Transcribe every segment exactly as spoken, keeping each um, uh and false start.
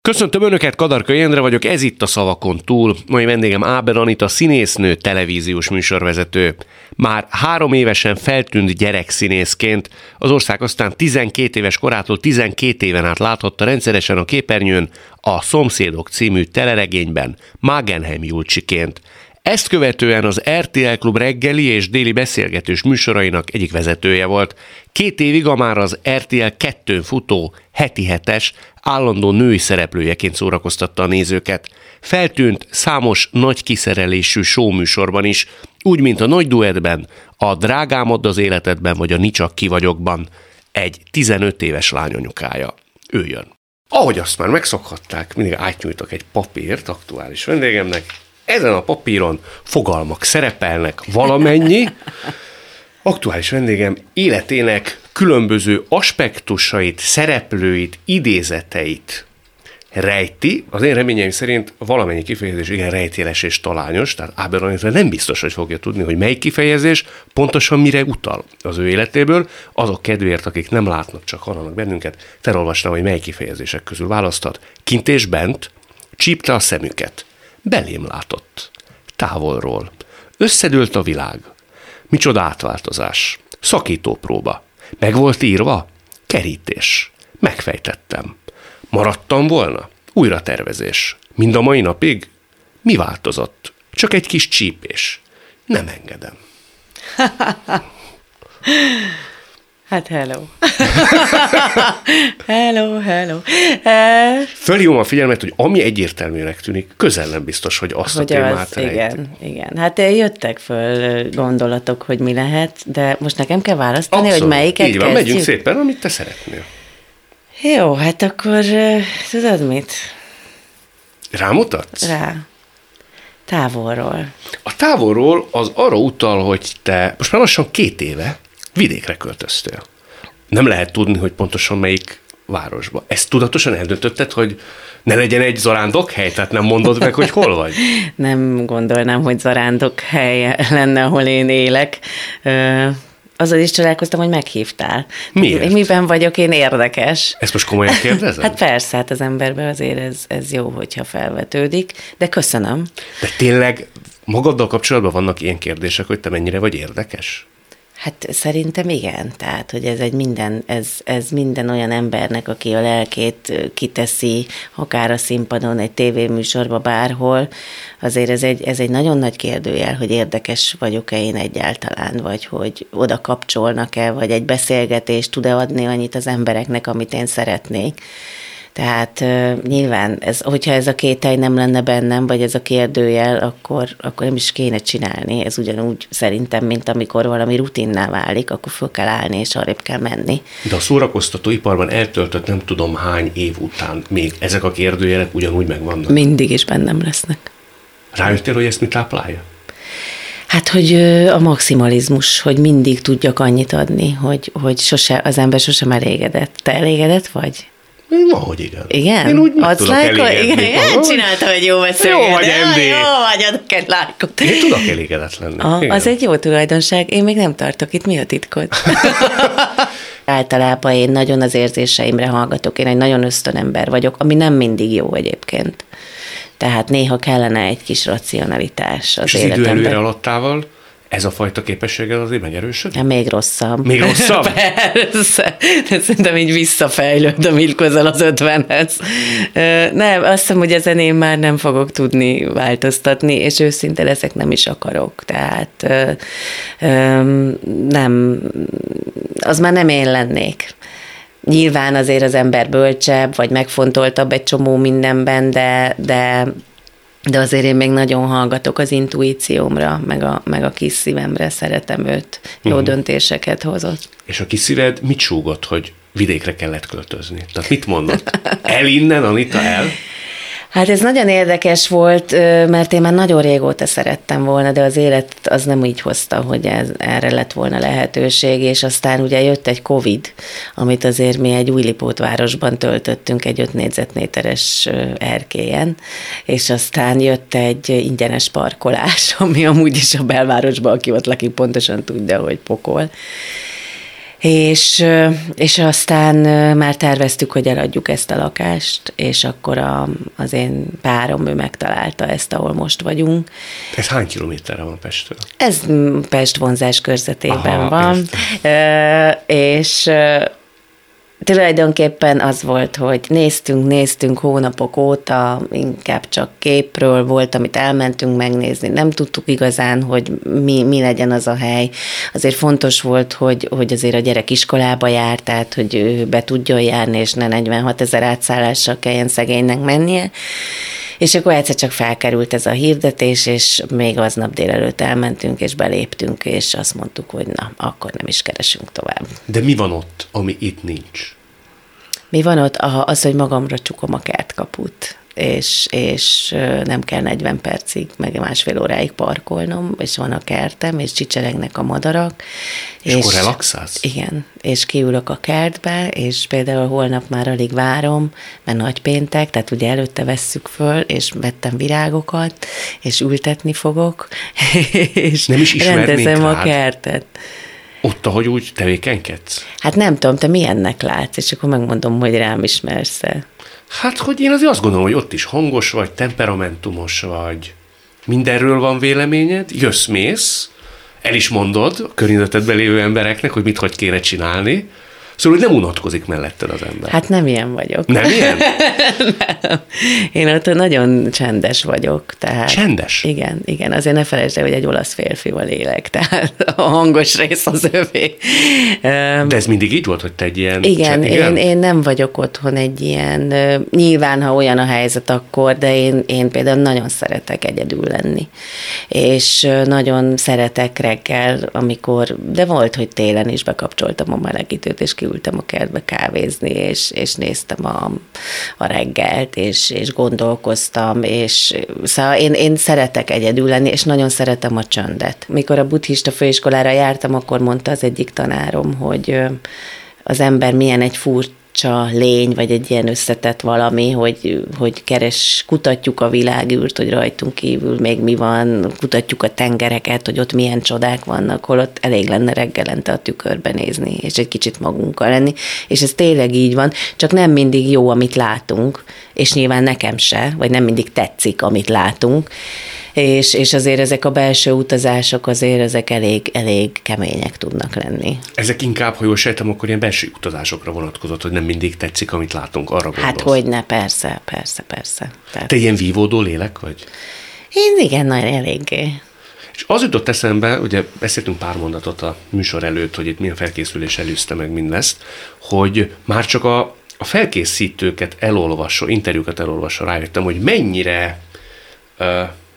Köszöntöm Önöket, Kadarkai Endre vagyok, ez itt a Szavakon túl. Mai vendégem Áber Anita, színésznő, televíziós műsorvezető. Már három évesen feltűnt gyerekszínészként, az ország aztán tizenkét éves korától tizenkét éven át láthatta rendszeresen a képernyőn a Szomszédok című teleregényben, Magenheim Julcsiként. Ezt követően az er té el Klub reggeli és déli beszélgetős műsorainak egyik vezetője volt. Két évig a már az er té el kettőn futó heti hetes állandó női szereplőjeként szórakoztatta a nézőket. Feltűnt számos nagy kiszerelésű showműsorban is, úgy, mint a Nagy Duettben, a Drágám add az életedben vagy a Nicsak ki vagyokban. Egy tizenöt éves lányanyukája. Ő jön. Ahogy azt már megszokhatták, mindig átnyújtok egy papírt aktuális vendégemnek. Ezen a papíron fogalmak szerepelnek valamennyi. Aktuális vendégem életének különböző aspektusait, szereplőit, idézeteit rejti. Az én reményeim szerint valamennyi kifejezés igen rejtéles és talányos, tehát Áber Anita nem biztos, hogy fogja tudni, hogy melyik kifejezés pontosan mire utal az ő életéből. Azok kedvéért, akik nem látnak, csak hallanak bennünket, felolvasnám, hogy mely kifejezések közül választhat. Kint és bent, csípte a szemüket. Belém látott. Távolról. Összedőlt a világ. Micsoda átváltozás. Szakítópróba. Meg volt írva? Kerítés. Megfejtettem. Maradtam volna? Újra tervezés. Mind a mai napig? Mi változott? Csak egy kis csípés. Nem engedem. Hát hello. hello, hello. Uh, Fölhívom a figyelmet, hogy ami egyértelműnek tűnik, közel nem biztos, hogy azt hogy a témát az, igen, igen. Hát jöttek föl gondolatok, hogy mi lehet, de most nekem kell választani, Abszolút. Hogy melyiket így van, kezdjük? Megyünk szépen, amit te szeretnél. Jó, hát akkor tudod mit? Rámutatsz? Rá. Távolról. A távolról az arra utal, hogy te most már lassan két éve vidékre költöztél. Nem lehet tudni, hogy pontosan melyik városba. Ezt tudatosan eldöntötted, hogy ne legyen egy zarándokhely, tehát nem mondod meg, hogy hol vagy? Nem gondolnám, hogy zarándokhely lenne, ahol én élek. Azzal is csodálkoztam, hogy meghívtál. Miért? Miben vagyok én érdekes? Ezt most komolyan kérdezem? Hát persze, hát az emberben azért ez, ez jó, hogyha felvetődik, de köszönöm. De tényleg magaddal kapcsolatban vannak ilyen kérdések, hogy te mennyire vagy érdekes? Hát szerintem igen, tehát, hogy ez egy minden, ez, ez minden olyan embernek, aki a lelkét kiteszi, akár a színpadon, egy tévéműsorba, bárhol, azért ez egy, ez egy nagyon nagy kérdőjel, hogy érdekes vagyok-e én egyáltalán, vagy hogy oda kapcsolnak-e, vagy egy beszélgetést tud-e adni annyit az embereknek, amit én szeretnék. Tehát uh, nyilván, ez, hogyha ez a kételj nem lenne bennem, vagy ez a kérdőjel, akkor, akkor nem is kéne csinálni. Ez ugyanúgy szerintem, mint amikor valami rutinná válik, akkor föl kell állni, és arrébb kell menni. De a szórakoztatóiparban eltöltött nem tudom hány év után még ezek a kérdőjelek ugyanúgy megvannak? Mindig is bennem lesznek. Rájöttél, hogy ezt mit táplálja? Hát, hogy a maximalizmus, hogy mindig tudjak annyit adni, hogy, hogy sose, az ember sosem elégedett. Te elégedett vagy? Van, hogy igen. Igen? Én úgy meg adsz tudok lájkot? elégedni. Igen, csináltam egy jó beszélgetést. Jó vagy, em dé. Jó vagy, adok egy lájkot. Én tudok elégedett lenni. A, az egy jó tulajdonság, én még nem tartok itt. Mi a titkod? Általában én nagyon az érzéseimre hallgatok, én egy nagyon ösztönember vagyok, ami nem mindig jó egyébként. Tehát néha kellene egy kis racionalitás az És az életemben. idő előre alattával ez a fajta képességgel azért megerősödik? Ja, még rosszabb. Még rosszabb? Persze. De szerintem így visszafejlődöm így közel az ötvenhez. Nem, azt hiszem, hogy ezen én már nem fogok tudni változtatni, és őszinte leszek, nem is akarok. Tehát nem, az már nem én lennék. Nyilván azért az ember bölcsebb, vagy megfontoltabb egy csomó mindenben, de, de De azért én még nagyon hallgatok az intuíciómra, meg a, meg a kis szívemre, szeretem őt, jó uh-huh. döntéseket hozott. És a kis szíved mit súgott, hogy vidékre kellett költözni? Tehát mit mondott? El innen, Anita, el? Hát ez nagyon érdekes volt, mert én már nagyon régóta szerettem volna, de az élet az nem így hozta, hogy ez, erre lett volna lehetőség, és aztán ugye jött egy Covid, amit azért mi egy Újlipótvárosban töltöttünk egy öt négyzetméteres erkélyen, és aztán jött egy ingyenes parkolás, ami amúgy is a belvárosban, aki ott lakik, pontosan tudja, hogy pokol. És, és aztán már terveztük, hogy eladjuk ezt a lakást, és akkor a, az én párom, ő megtalálta ezt, ahol most vagyunk. Ez hány kilométerre van Pesttől? Ez Pest vonzás körzetében Aha, van, e, és tulajdonképpen az volt, hogy néztünk, néztünk hónapok óta, inkább csak képről volt, amit elmentünk megnézni. Nem tudtuk igazán, hogy mi, mi legyen az a hely. Azért fontos volt, hogy, hogy azért a gyerek iskolába jár, tehát hogy ő be tudjon járni, és ne negyvenhat ezer átszállással kelljen szegénynek mennie. És akkor egyszer csak felkerült ez a hirdetés, és még aznap délelőtt elmentünk, és beléptünk, és azt mondtuk, hogy na, akkor nem is keresünk tovább. De mi van ott, ami itt nincs? Mi van ott? Az, hogy magamra csukom a kertkaput, és, és nem kell negyven percig, meg másfél óráig parkolnom, és van a kertem, és csicseregnek a madarak. És, és akkor relaxálsz? Igen, és kiülök a kertbe, és például holnap már alig várom, mert nagypéntek, tehát ugye előtte vesszük föl, és vettem virágokat, és ültetni fogok, és nem is rendezem rád a kertet. Ott, ahogy úgy tevékenykedsz? Hát nem tudom, te milyennek látsz, és akkor megmondom, hogy rám ismersz-e. Hát, hogy én azért azt gondolom, hogy ott is hangos vagy, temperamentumos vagy, mindenről van véleményed, jössz-mész, el is mondod a környezetedben lévő embereknek, hogy mit hogy kéne csinálni, szóval, hogy nem unatkozik melletted az ember. Hát nem ilyen vagyok. Nem ilyen? Nem. Én ott nagyon csendes vagyok. Tehát csendes? Igen, igen. Azért ne felejtsd el, hogy egy olasz férfival élek, tehát a hangos rész az övé. De ez mindig így volt, hogy te egy ilyen... Igen, csen- igen? Én, én nem vagyok otthon egy ilyen, nyilván, ha olyan a helyzet, akkor, de én, én például nagyon szeretek egyedül lenni. És nagyon szeretek reggel, amikor, de volt, hogy télen is bekapcsoltam a melegítőt, és kiültem a kertbe kávézni, és, és néztem a, a reggelt, és, és gondolkoztam, és szóval én, én szeretek egyedül lenni, és nagyon szeretem a csöndet. Mikor a buddhista főiskolára jártam, akkor mondta az egyik tanárom, hogy az ember milyen egy furcsa lény, vagy egy ilyen összetett valami, hogy, hogy keres, kutatjuk a világűrt, hogy rajtunk kívül még mi van, kutatjuk a tengereket, hogy ott milyen csodák vannak, holott elég lenne reggelente a tükörbe nézni, és egy kicsit magunkkal lenni, és ez tényleg így van, csak nem mindig jó, amit látunk, és nyilván nekem se, vagy nem mindig tetszik, amit látunk, és, és azért ezek a belső utazások azért ezek elég, elég kemények tudnak lenni. Ezek inkább, ha jól sejtem, akkor ilyen belső utazásokra vonatkozott, hogy nem mindig tetszik, amit látunk, arra gondolsz. Hát hogyne, persze, persze, persze. persze. Te ilyen vívódó lélek vagy? Én igen, nagyon eléggé. És az jutott eszembe, ugye beszéltünk pár mondatot a műsor előtt, hogy itt milyen felkészülés előzte meg mindezt, hogy már csak a, a felkészítőket elolvasó, interjúkat elolvasó rájöttem, hogy mennyire uh,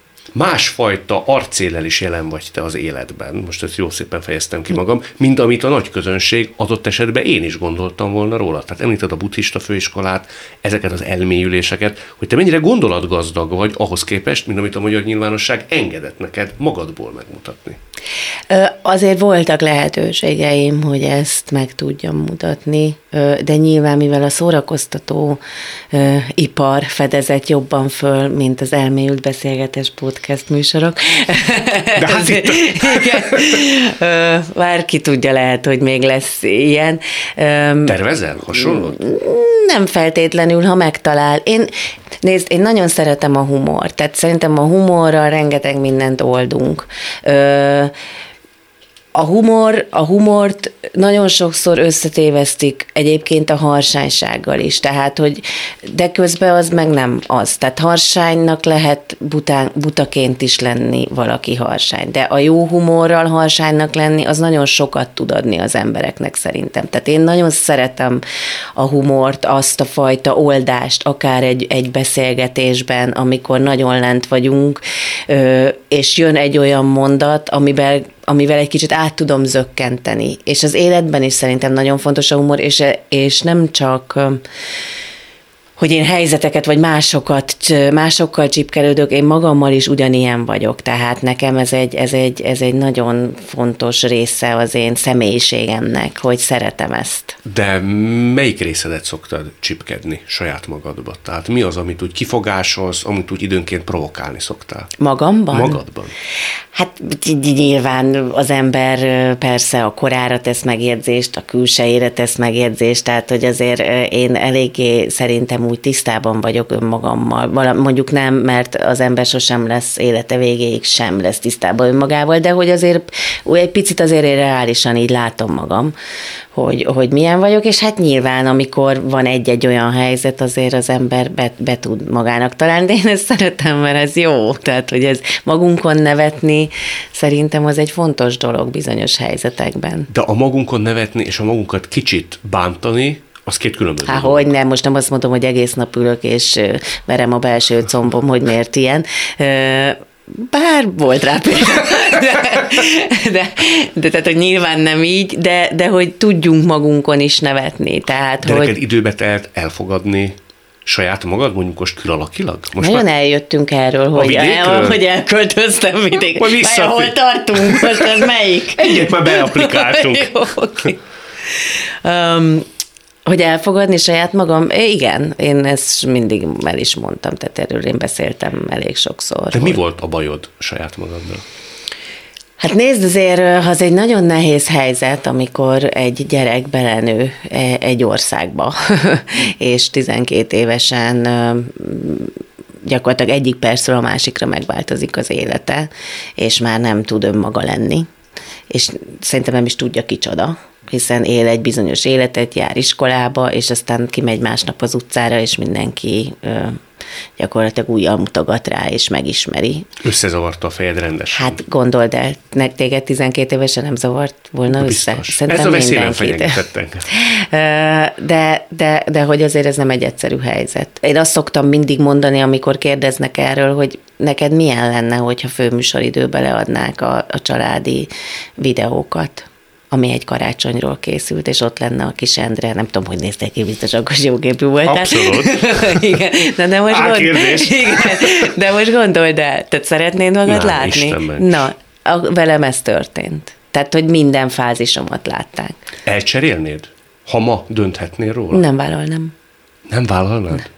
másfajta arcéllel is jelen vagy te az életben, most ezt jó szépen fejeztem ki magam, mint amit a nagy közönség adott esetben én is gondoltam volna róla. Tehát említed a buddhista főiskolát, ezeket az elmélyüléseket, hogy te mennyire gondolatgazdag vagy ahhoz képest, mint amit a magyar nyilvánosság engedett neked magadból megmutatni. Azért voltak lehetőségeim, hogy ezt meg tudjam mutatni, de nyilván, mivel a szórakoztató ipar fedezett jobban föl, mint az elmélyült beszélgetés podcast műsorok. De hát itt... Bárki tudja, lehet, hogy még lesz ilyen. Tervezel hasonlót? Nem feltétlenül, ha megtalál. Én, nézd, én nagyon szeretem a humort, tehát szerintem a humorral rengeteg mindent oldunk. Ö, A humor, a humort nagyon sokszor összetévesztik egyébként a harsánysággal is, tehát, hogy de közben az meg nem az. Tehát harsánynak lehet bután, butaként is lenni valaki harsány, de a jó humorral harsánynak lenni, az nagyon sokat tud adni az embereknek szerintem. Tehát én nagyon szeretem a humort, azt a fajta oldást, akár egy, egy beszélgetésben, amikor nagyon lent vagyunk, és jön egy olyan mondat, amiben amivel egy kicsit át tudom zökkenteni. És az életben is szerintem nagyon fontos a humor, és, és nem csak, hogy én helyzeteket, vagy másokat, másokkal csipkelődök, én magammal is ugyanilyen vagyok, tehát nekem ez egy, ez egy, ez egy nagyon fontos része az én személyiségemnek, hogy szeretem ezt. De melyik részedet szoktad csipkedni saját magadba? Tehát mi az, amit úgy kifogásolsz, amit úgy időnként provokálni szoktál? Magamban? Magadban. Hát nyilván az ember persze a korára tesz megjegyzést, a külsejére tesz megjegyzést, tehát hogy azért én eléggé szerintem úgy tisztában vagyok önmagammal. Mondjuk nem, mert az ember sosem lesz élete végéig sem lesz tisztában önmagával, de hogy azért egy picit azért én reálisan így látom magam, hogy, hogy milyen vagyok, és hát nyilván, amikor van egy-egy olyan helyzet, azért az ember be, be tud magának találni, de én ezt szeretem, mert ez jó. Tehát, hogy ez magunkon nevetni, szerintem az egy fontos dolog bizonyos helyzetekben. De a magunkon nevetni és a magunkat kicsit bántani, az két különböző. Há, hogy nem, most nem azt mondom, hogy egész nap ülök, és verem a belső combom, hogy miért ilyen. Bár volt rá például. De, de, de tehát, hogy nyilván nem így, de, de hogy tudjunk magunkon is nevetni. Tehát, de hogy... neked időbe telt elfogadni saját magad, mondjuk most külalakilag? Most nagyon már... eljöttünk erről, hogy, el, hogy elköltöztem vidékre. Hol tartunk? Most az melyik? Egyet már beaplikáltunk. Jó, okay. um, Hogy elfogadni saját magam? Igen, én ezt mindig el is mondtam, tehát erről én beszéltem elég sokszor. De mi volt a bajod saját magaddal? Hát nézd, azért az egy nagyon nehéz helyzet, amikor egy gyerek belenő egy országba, és tizenkét évesen gyakorlatilag egyik percről a másikra megváltozik az élete, és már nem tud önmaga lenni, és szerintem nem is tudja kicsoda, hiszen él egy bizonyos életet, jár iskolába, és aztán kimegy másnap az utcára, és mindenki ö, gyakorlatilag újjal mutogat rá, és megismeri. Összezavarta a fejed rendesen. Hát gondold el, téged tizenkét évesen nem zavart volna biztos. Össze? Szerintem ez a veszélyben fenyegetettek. De, de, de hogy azért ez nem egy egyszerű helyzet. Én azt szoktam mindig mondani, amikor kérdeznek erről, hogy neked milyen lenne, hogyha főműsoridőbe leadnák a, a családi videókat, ami egy karácsonyról készült, és ott lenne a kis Endre, nem tudom, hogy néztek ki, biztos akkor jóképű voltál. Abszolút. Igen. Na, de, most gond... Igen. de most gondold el, tehát szeretnéd magad Na, látni? Na, a, velem ez történt. Tehát, hogy minden fázisomat látták. Elcserélnéd? Ha ma dönthetnél róla? Nem vállalnám. Nem vállalnád? Nem.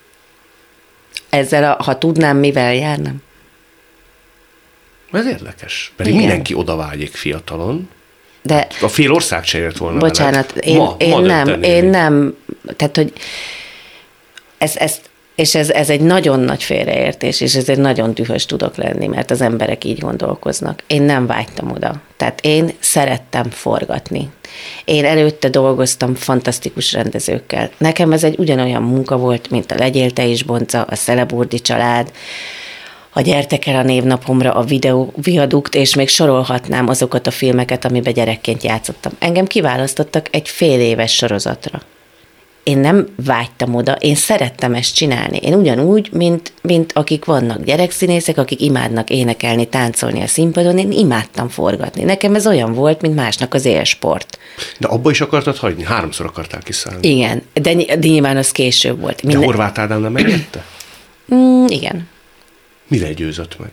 Ezzel, a, ha tudnám, mivel járnám? Ez érdekes. Pedig Igen. mindenki oda vágyik fiatalon. De a fél ország cserélt volna. Bocsánat, én, ma, én ma nem, én nem, tehát, hogy ez, ez, és ez, ez egy nagyon nagy félreértés, és ez egy nagyon dühös tudok lenni, mert az emberek így gondolkoznak. Én nem vágytam oda. Tehát én szerettem forgatni. Én előtte dolgoztam fantasztikus rendezőkkel. Nekem ez egy ugyanolyan munka volt, mint a Legyél te is, Bonca, a Szeleburdi család, a Gyertek el a névnapomra, a videó, Viadukt, és még sorolhatnám azokat a filmeket, amiben gyerekként játszottam. Engem kiválasztottak egy fél éves sorozatra. Én nem vágytam oda, én szerettem ezt csinálni. Én ugyanúgy, mint, mint akik vannak gyerekszínészek, akik imádnak énekelni, táncolni a színpadon, én imádtam forgatni. Nekem ez olyan volt, mint másnak az élsport. De abba is akartad hagyni? Háromszor akartál kiszállni. Igen, de, de nyilván az később volt. Minden... De Horváth Ádám nem megérte? mm, igen. Mire győzött meg?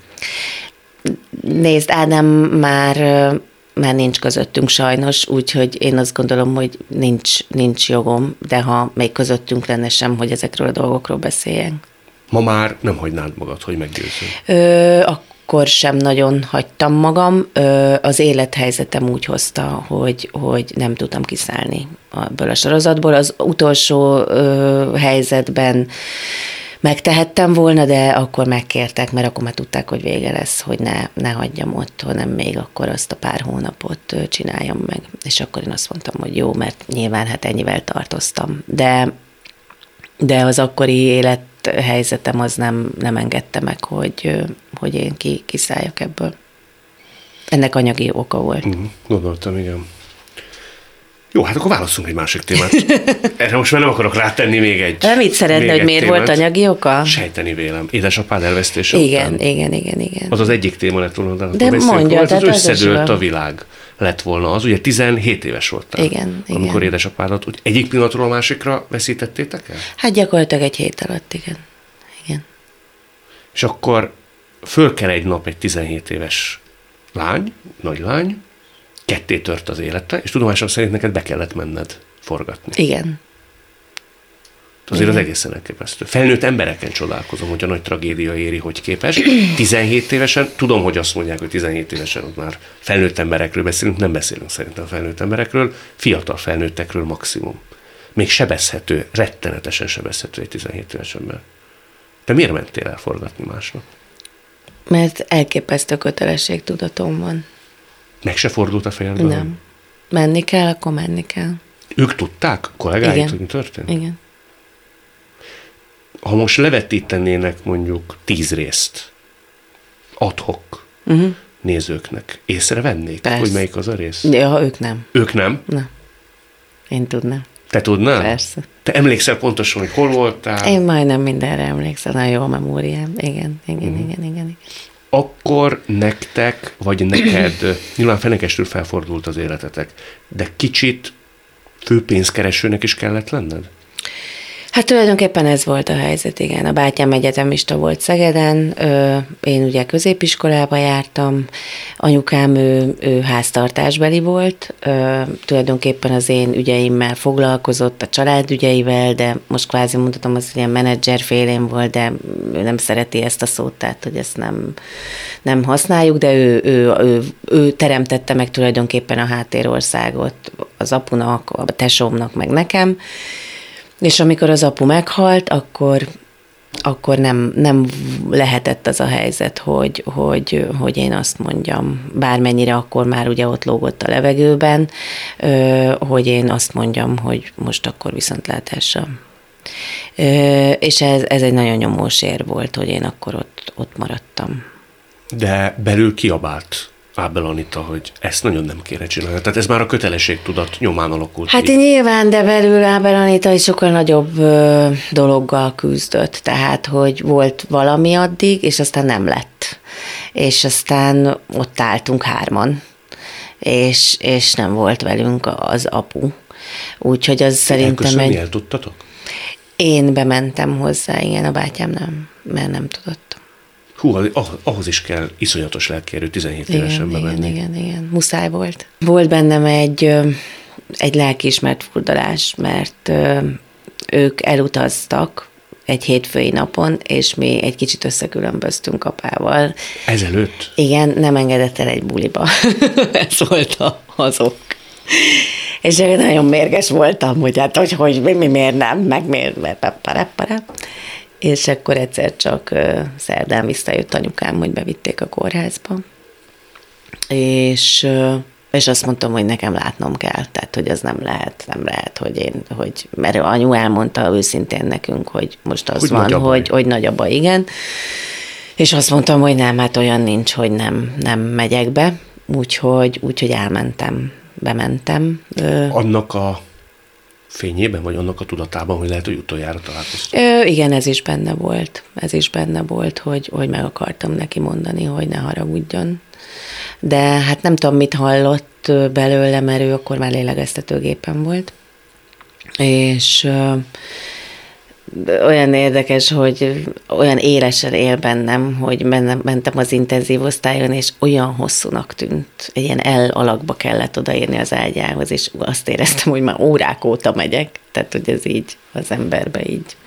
Nézd, Ádám már, már nincs közöttünk sajnos, úgyhogy én azt gondolom, hogy nincs, nincs jogom, de ha még közöttünk lenne sem, hogy ezekről a dolgokról beszéljen. Ma már nem hagynád magad, hogy meggyőzzön? Ö, akkor sem nagyon hagytam magam. Ö, az élethelyzetem úgy hozta, hogy, hogy nem tudtam kiszállni ebből a sorozatból. Az utolsó ö, helyzetben megtehettem volna, de akkor megkértek, mert akkor már tudták, hogy vége lesz, hogy ne, ne hagyjam ott, hanem még akkor azt a pár hónapot csináljam meg. És akkor én azt mondtam, hogy jó, mert nyilván hát ennyivel tartoztam. De, de az akkori élethelyzetem az nem, nem engedte meg, hogy, hogy én ki, kiszálljak ebből. Ennek anyagi oka volt. Mm, gondoltam, igen. Jó, hát akkor válasszunk egy másik témát. Erre most már nem akarok rátenni még egy De mit szeretne, hogy miért témát. Volt anyagi oka? Sejteni vélem. Édesapád elvesztése igen, után. Igen, igen, igen. Az az egyik téma lett volna, de, de mondja, az összedőlt a világ. lett volna az. Ugye tizenhét éves voltál, igen, amikor igen. édesapádat úgy egyik pillanatról a másikra veszítettétek el? Hát gyakorlatilag egy hét alatt, igen. igen. És akkor föl kell egy nap egy tizenhét éves lány, nagy lány, ketté tört az élete, és tudomásom szerint neked be kellett menned forgatni. Igen. Azért az egészen elképesztő. Felnőtt embereken csodálkozom, hogy a nagy tragédia éri, hogy képes. tizenhét évesen, tudom, hogy azt mondják, hogy tizenhét évesen ott már felnőtt emberekről beszélünk, nem beszélünk szerintem a felnőtt emberekről, fiatal felnőttekről maximum. Még sebezhető, rettenetesen sebezhető egy tizenhét éves ember. Te miért mentél el forgatni másnap? Mert elképesztő kötelességtudatom van. Meg se fordult a fejedben? Nem. Menni kell, akkor menni kell. Ők tudták, kollégáik, hogy mi történt? Igen. Ha most levetítenének mondjuk tíz részt ad-hoc uh-huh. nézőknek, észrevennék, Persze. hogy melyik az a rész? Ja, ők nem. Ők nem? Nem. Én tudnám. Te tudnál? Persze. Te emlékszel pontosan, hogy hol voltál? Én majdnem mindenre emlékszem, nagyon jó a memóriám. Igen, igen, uh-huh. igen, igen, igen. Akkor nektek, vagy neked, nyilván fenekestül felfordult az életetek, de kicsit főpénzkeresőnek is kellett lenned? Hát tulajdonképpen ez volt a helyzet, igen. A bátyám egyetemista volt Szegeden, én ugye középiskolába jártam, anyukám ő, ő háztartásbeli volt, tulajdonképpen az én ügyeimmel foglalkozott, a család ügyeivel, de most kvázi mondhatom azt, hogy ilyen menedzser félén volt, de ő nem szereti ezt a szót, tehát hogy ezt nem, nem használjuk, de ő, ő, ő, ő teremtette meg tulajdonképpen a háttérországot az apunak, a tesómnak, meg nekem. És amikor az apu meghalt, akkor, akkor nem, nem lehetett az a helyzet, hogy, hogy, hogy én azt mondjam, bármennyire akkor már ugye ott lógott a levegőben, hogy én azt mondjam, hogy most akkor viszontlátásra. És ez, ez egy nagyon nyomós ér volt, hogy én akkor ott, ott maradtam. De belül kiabált Ábel Anita, hogy ezt nagyon nem kéne csinálni. Tehát ez már a kötelességtudat nyomán alakult. Hát így. Nyilván, de belül Ábel Anita is sokkal nagyobb ö, dologgal küzdött. Tehát, hogy volt valami addig, és aztán nem lett. És aztán ott álltunk hárman, és, és nem volt velünk az apu. Úgyhogy az szerintem egy... el tudtatok? Én bementem hozzá, igen, a bátyám nem, mert nem tudott. Hú, ahhoz is kell iszonyatos lelkierő tizenhét igen, évesen bemenni. Igen, igen, igen, muszáj volt. Volt bennem egy, egy lelkiismert furdalás, mert ők elutaztak egy hétfői napon, és mi egy kicsit összekülönböztünk apával. Ezelőtt? Igen, nem engedett el egy buliba. Ez volt azok. És nagyon mérges voltam, hogy hát, hogy, hogy mi, mi miért nem, meg miért, mert pare, pare. És akkor egyszer csak uh, szerdán visszajött anyukám, hogy bevitték a kórházba. És, uh, és azt mondtam, hogy nekem látnom kell. Tehát, hogy az nem lehet, nem lehet, hogy én, hogy, mert anyu elmondta őszintén nekünk, hogy most az hogy van, hogy, hogy nagy a baj, igen. És azt mondtam, hogy nem, hát olyan nincs, hogy nem, nem megyek be. Úgyhogy, úgyhogy elmentem, bementem. Annak a fényében, vagy annak a tudatában, hogy lehet, hogy utoljára találkoztunk? Ö, igen, ez is benne volt. Ez is benne volt, hogy, hogy meg akartam neki mondani, hogy ne haragudjon. De hát nem tudom, mit hallott belőle, mert ő akkor már lélegeztetőgépen volt. És ö, olyan érdekes, hogy olyan élesen él bennem, hogy mentem az intenzív osztályon, és olyan hosszúnak tűnt. Egy ilyen L alakba kellett odaérni az ágyához, és azt éreztem, hogy már órák óta megyek. Tehát, hogy ez így az emberbe így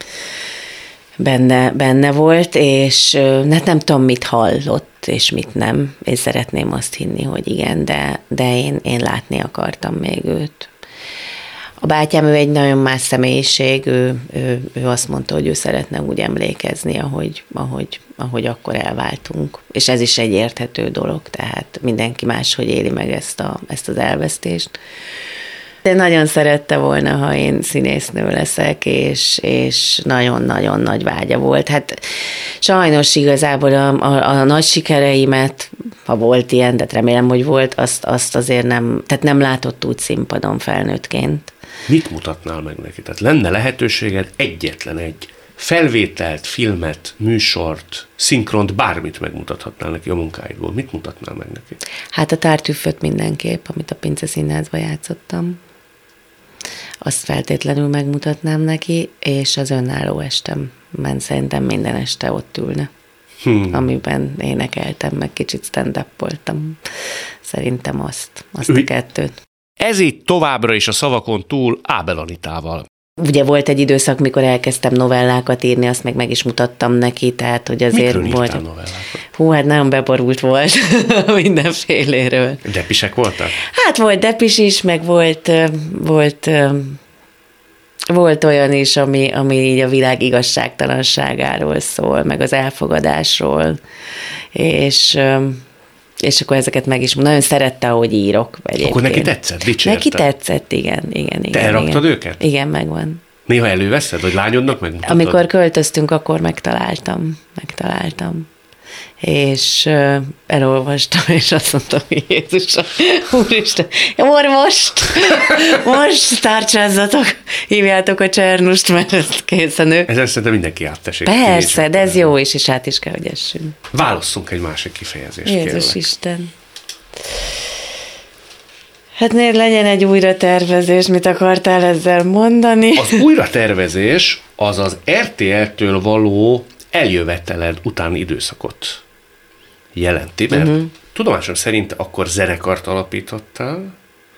benne, benne volt, és hát nem tudom, mit hallott, és mit nem. Én szeretném azt hinni, hogy igen, de, de én, én látni akartam még őt. A bátyám, ő egy nagyon más személyiség, ő, ő, ő azt mondta, hogy ő szeretne úgy emlékezni, ahogy, ahogy, ahogy akkor elváltunk. És ez is egy érthető dolog, tehát mindenki máshogy éli meg ezt, a, ezt az elvesztést. De nagyon szerette volna, ha én színésznő leszek, és, és nagyon-nagyon nagy vágya volt. Hát sajnos igazából a, a, a nagy sikereimet, ha volt ilyen, de remélem, hogy volt, azt, azt azért nem, tehát nem látott úgy színpadon felnőttként. Mit mutatnál meg neki? Tehát lenne lehetőséged egyetlen egy felvételt, filmet, műsort, szinkront, bármit megmutathatnál neki a munkáidból, mit mutatnál meg neki? Hát a Tartüfföt mindenképp, amit a Pince Színházban játszottam. Azt feltétlenül megmutatnám neki, és az önálló estemben szerintem minden este ott ülne. Hmm. Amiben énekeltem, meg kicsit stand-up-oltam. Szerintem azt, azt a kettőt. Ez itt továbbra is a szavakon túl Ábel Anitával. Ugye volt egy időszak, mikor elkezdtem novellákat írni, azt meg meg is mutattam neki, tehát hogy azért Mikről volt. írtál novellákat? Hú, hát nagyon beborult volt mindenféléről. Depisek voltak? Hát volt depis is, meg volt, volt, volt olyan is, ami, ami így a világ igazságtalanságáról szól, meg az elfogadásról, és... És akkor ezeket meg is nagyon szerette, ahogy írok. Egyébként. Akkor neki tetszett, dicsérte? Neki tetszett, igen, igen, igen. Te elraktad igen. őket? Igen, megvan. Néha előveszed, vagy lányodnak megmutatod? Amikor költöztünk, akkor megtaláltam, megtaláltam. És uh, elolvastam, és azt mondtam, hogy Jézusom, Úristen, jó, most, most tárcsázzatok, hívjátok a Csernust, mert ezt készen ők. Ezzel szerintem mindenki áttesik. Persze, de ez jó is, és át is kell, hogy essünk. Válasszunk egy másik kifejezést, Jézus kérlek. Isten. Hát miért legyen egy újratervezés, mit akartál ezzel mondani? Az újratervezés az az er té el-től való eljöveteled utáni időszakot jelenti, mert uh-huh. tudomásom szerint akkor zenekart alapítottál,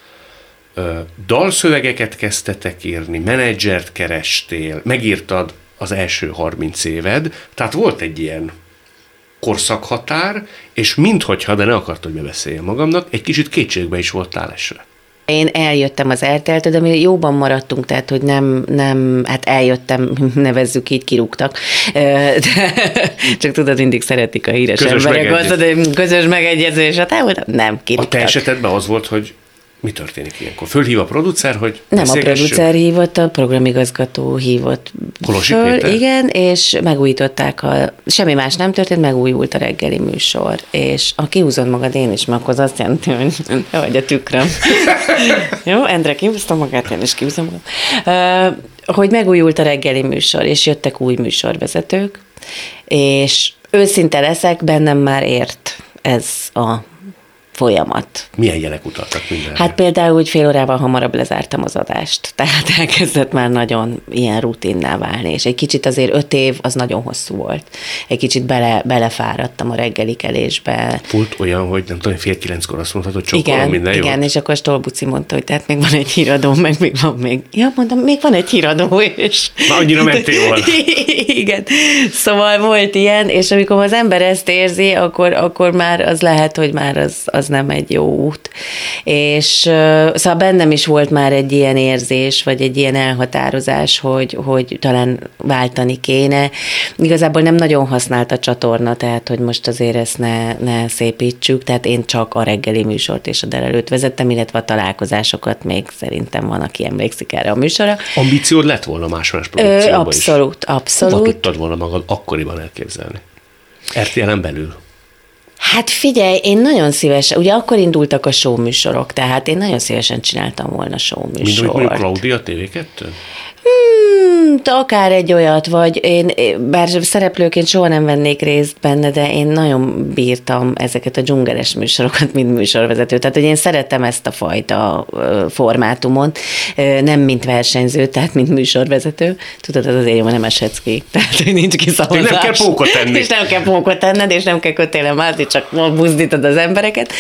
dalszövegeket kezdtetek írni, menedzsert kerestél, megírtad az első harminc éved, tehát volt egy ilyen korszakhatár, és minthogyha, de ne akartad, hogy bebeszéljem magamnak, egy kicsit kétségbe is voltál esve. Én eljöttem az er té el-től, de mi jóban maradtunk, tehát, hogy nem, nem, hát eljöttem, nevezzük így, kirúgtak. De, csak tudod, mindig szeretik a híres közös emberek, azt, de közös megegyezés, hát elvoltam, nem, kirúgtak. A te esetedben az volt, hogy mi történik ilyenkor? Fölhív a producer, hogy nem a producer hívott, a programigazgató hívott Kolosi föl, Péter? Igen, és megújították a, semmi más nem történt, megújult a reggeli műsor, és ha kihúzod magad én is, mert akkor az azt jelenti, hogy ne vagy a tükröm. Jó, Endre kihúzta magát, én is kihúzom magad. Uh, hogy megújult a reggeli műsor, és jöttek új műsorvezetők, és őszinte leszek, bennem már ért ez a folyamat. Milyen jelek utaltak mindenre? Hát például úgy fél órával hamarabb lezártam az adást, tehát elkezdett már nagyon ilyen rutinná válni, és egy kicsit azért öt év az nagyon hosszú volt. Egy kicsit bele, belefáradtam a reggelikelésbe. Volt olyan, hogy nem tudom, fél kilenckor azt mondtad, hogy csókolom, minden jó? Igen, és akkor Stolbuci mondta, hogy tehát még van egy híradó, meg még van még. Ja, mondom, még van egy híradó, és... Na, annyira mentél volna. Igen. Szóval volt ilyen, és amikor az ember ezt érzi, akkor, akkor már az lehet, hogy már az, az nem egy jó út. És uh, szóval bennem is volt már egy ilyen érzés, vagy egy ilyen elhatározás, hogy, hogy talán váltani kéne. Igazából nem nagyon használt a csatorna, tehát hogy most azért ezt ne, ne szépítsük, tehát én csak a reggeli műsort és a délelőtt vezettem, illetve a találkozásokat még szerintem van, aki emlékszik erre a műsorra. Ambíciód lett volna más-más produkcióban Ö, abszolút, is? abszolút. Hova tudtad volna magad akkoriban elképzelni? er té el-en belül? Hát figyelj, én nagyon szívesen, ugye akkor indultak a show műsorok, tehát én nagyon szívesen csináltam volna show műsort. Mint úgy mondjuk Claudia té vé kettő? Hmm, akár egy olyat, vagy én, bár szereplőként soha nem vennék részt benne, de én nagyon bírtam ezeket a dzsungeles műsorokat, mint műsorvezető. Tehát, hogy én szeretem ezt a fajta formátumon, nem mint versenyző, tehát mint műsorvezető. Tudod, az azért jó, nem eshetsz ki. Tehát, hogy nincs kiszavazás. Nem kell pókot tenni. És nem kell pókot tenned, és nem kell kötélem mászni, csak buzdítod az embereket.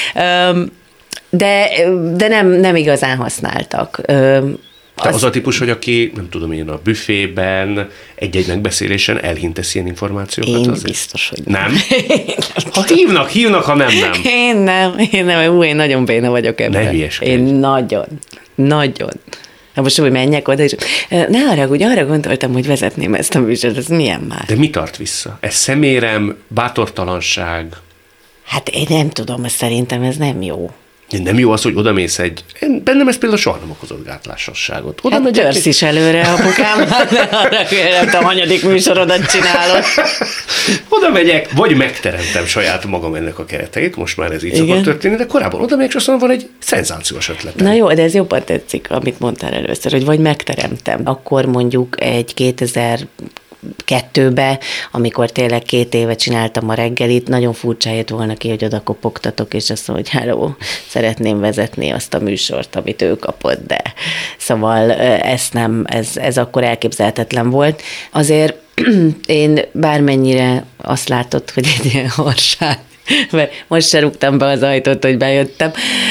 De, de nem, nem igazán használtak. Te az, az a típus, hogy aki, nem tudom én, a büfében, egy-egy megbeszélésen elhintesz ilyen információkat? Én azért? biztos, hogy nem. Nem? Ha hívnak, hívnak, ha nem, nem. Én nem, én nem, ú, én nagyon béna vagyok ebben. Ne hülyeskedj. Én nagyon, nagyon. Na most úgy menjek oda, és ne haragudj, arra gondoltam, hogy vezetném ezt a műsort, ez milyen már? De mi tart vissza? Ez szemérem, bátortalanság? Hát én nem tudom, szerintem ez nem jó. Nem jó az, hogy odamész egy... Én, bennem ez például soha nem okozott gátlásosságot. Oda hát törsz is előre, apukám, nem a hanyadik műsorodat csinálod. Oda megyek, vagy megteremtem saját magam ennek a kereteit, most már ez így Igen. szokott történni, de korábban oda megyek, és azt mondom, van egy szenzációs ötletem. Na jó, de ez jobban tetszik, amit mondtál először, hogy vagy megteremtem. Akkor mondjuk egy kétezer kettőbe, amikor tényleg két éve csináltam a reggelit, nagyon furcsa jött volna ki, hogy oda kopogtatok, és azt mondom, hogy hello, szeretném vezetni azt a műsort, amit ő kapott, de szóval ez nem, ez, ez akkor elképzelhetetlen volt. Azért én bármennyire azt látod, hogy egy ilyen harsány, mert most se rúgtam be az ajtót, hogy bejöttem,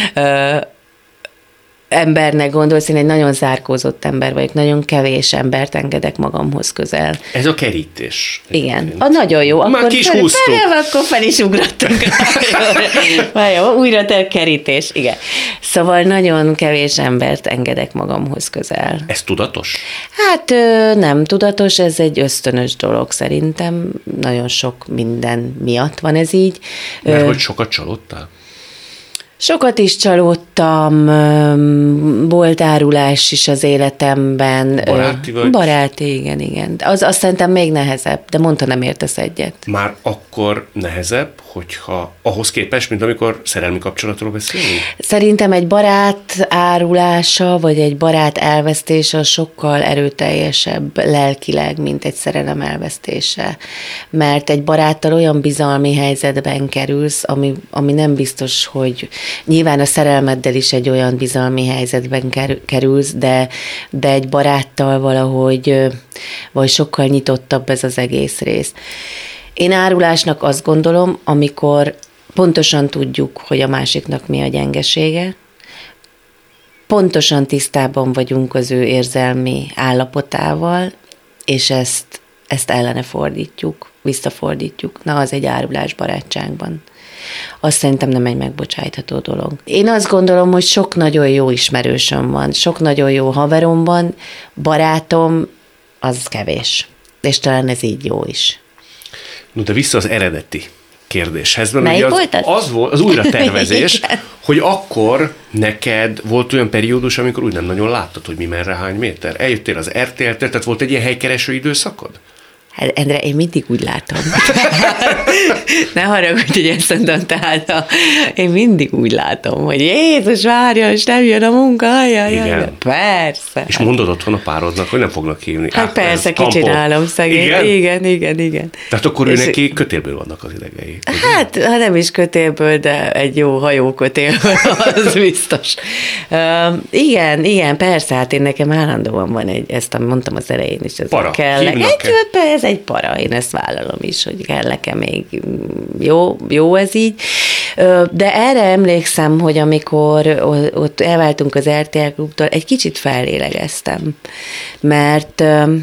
embernek gondolsz, én egy nagyon zárkózott ember vagyok, nagyon kevés embert engedek magamhoz közel. Ez a kerítés. Igen. A nagyon jó. Már akkor kis fel, húztuk. Fel, akkor fel is ugrottunk. Már jó, újra te kerítés. Igen. Szóval nagyon kevés embert engedek magamhoz közel. Ez tudatos? Hát nem tudatos, ez egy ösztönös dolog szerintem. Nagyon sok minden miatt van ez így. Mert Ö... hogy sokat csalódtál? Sokat is csalódtam, volt árulás is az életemben. Baráti vagy? Baráti, igen, igen. Az azt szerintem még nehezebb, de mondta, nem értesz egyet. Már akkor nehezebb, hogyha ahhoz képest, mint amikor szerelmi kapcsolatról beszélünk? Szerintem egy barát árulása, vagy egy barát elvesztése sokkal erőteljesebb lelkileg, mint egy szerelem elvesztése. Mert egy baráttal olyan bizalmi helyzetben kerülsz, ami, ami nem biztos, hogy nyilván a szerelmeddel is egy olyan bizalmi helyzetben kerülsz, de, de egy baráttal valahogy vagy sokkal nyitottabb ez az egész rész. Én árulásnak azt gondolom, amikor pontosan tudjuk, hogy a másiknak mi a gyengesége, pontosan tisztában vagyunk az ő érzelmi állapotával, és ezt, ezt ellene fordítjuk, visszafordítjuk. Na, az egy árulás barátságban. Azt szerintem nem egy megbocsájtható dolog. Én azt gondolom, hogy sok nagyon jó ismerősöm van, sok nagyon jó haverom van, barátom, az kevés. És talán ez így jó is. No, de vissza az eredeti kérdéshez. Melyik az, volt az? Az volt az újratervezés, hogy akkor neked volt olyan periódus, amikor úgy nem nagyon láttad, hogy mi merre hány méter. Eljöttél az er té el-től, tehát volt egy ilyen helykereső időszakod? Hát Endre, én mindig úgy látom. Ne haragudj, hogy ezt mondom, tehát a, én mindig úgy látom, hogy Jézus várja, és nem jön a munka, jaj, jaj, persze. És mondod otthon a párodnak, hogy nem fognak hívni. Hát, hát persze, kicsinálom szegény. Igen? igen, igen, igen. Tehát akkor ő neki kötélből vannak az idegei. Hát, ha nem is kötélből, de egy jó hajókötélből, az biztos. Uh, igen, igen, persze, hát én nekem állandóan van egy, ezt mondtam az elején is, ez para, kell. Egy, ez egy para, én ezt vállalom is, hogy kell nekem még jó, jó ez így. De erre emlékszem, hogy amikor ott elváltunk az er té el Klubtól, egy kicsit fellélegeztem, mert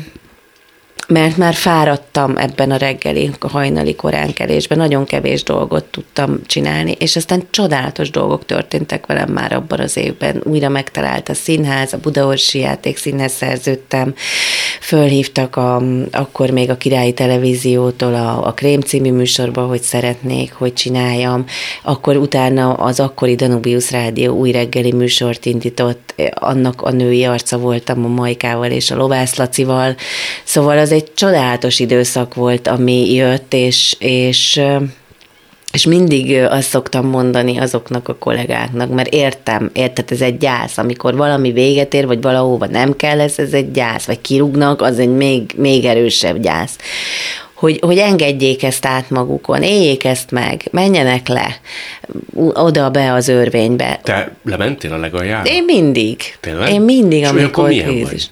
mert már fáradtam ebben a reggeli, a hajnali koránkelésben, nagyon kevés dolgot tudtam csinálni, és aztán csodálatos dolgok történtek velem már abban az évben. Újra megtalált a színház, a Budaörsi Játékszínhez szerződtem, fölhívtak a, akkor még a Királyi Televíziótól a, a Krém című műsorba, hogy szeretnék, hogy csináljam. Akkor utána az akkori Danubius Rádió új reggeli műsort indított, annak a női arca voltam a Majkával és a Lovász Lacival, szóval az egy csodálatos időszak volt, ami jött, és, és, és mindig azt szoktam mondani azoknak a kollégáknak, mert értem, érted, ez egy gyász, amikor valami véget ér, vagy valahova nem kell, ez, ez egy gyász, vagy kirúgnak, az egy még, még erősebb gyász. Hogy, hogy engedjék ezt át magukon, éljék ezt meg, menjenek le, oda be az örvénybe. Te lementél a legaljára? Én mindig. Tényleg? Én mindig, és amikor krízis.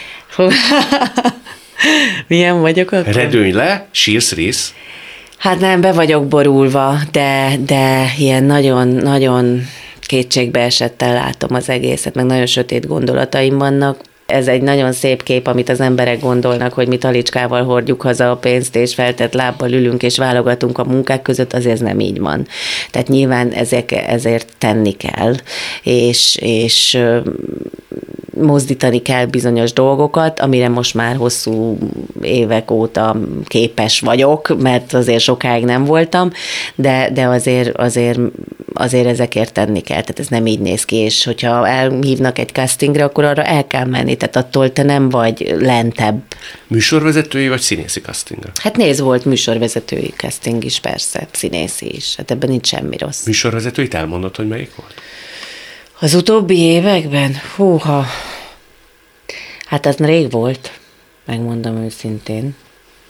Milyen vagyok akkor? Redőny le, sírsz, rész. Hát nem, be vagyok borulva, de, de ilyen nagyon-nagyon kétségbe esettel látom az egészet, meg nagyon sötét gondolataim vannak. Ez egy nagyon szép kép, amit az emberek gondolnak, hogy mi talicskával hordjuk haza a pénzt, és feltett lábbal ülünk, és válogatunk a munkák között, azért ez nem így van. Tehát nyilván ezek, ezért tenni kell, és, és mozdítani kell bizonyos dolgokat, amire most már hosszú évek óta képes vagyok, mert azért sokáig nem voltam, de, de azért, azért, azért ezekért tenni kell, tehát ez nem így néz ki, és hogyha elhívnak egy castingra, akkor arra el kell menni, tehát attól te nem vagy lentebb. Műsorvezetői vagy színészi castingra? Hát nézd, volt műsorvezetői casting is, persze, színészi is, hát ebben nincs semmi rossz. Műsorvezetőit elmondod, hogy melyik volt? Az utóbbi években? Húha, hát az rég volt, megmondom őszintén.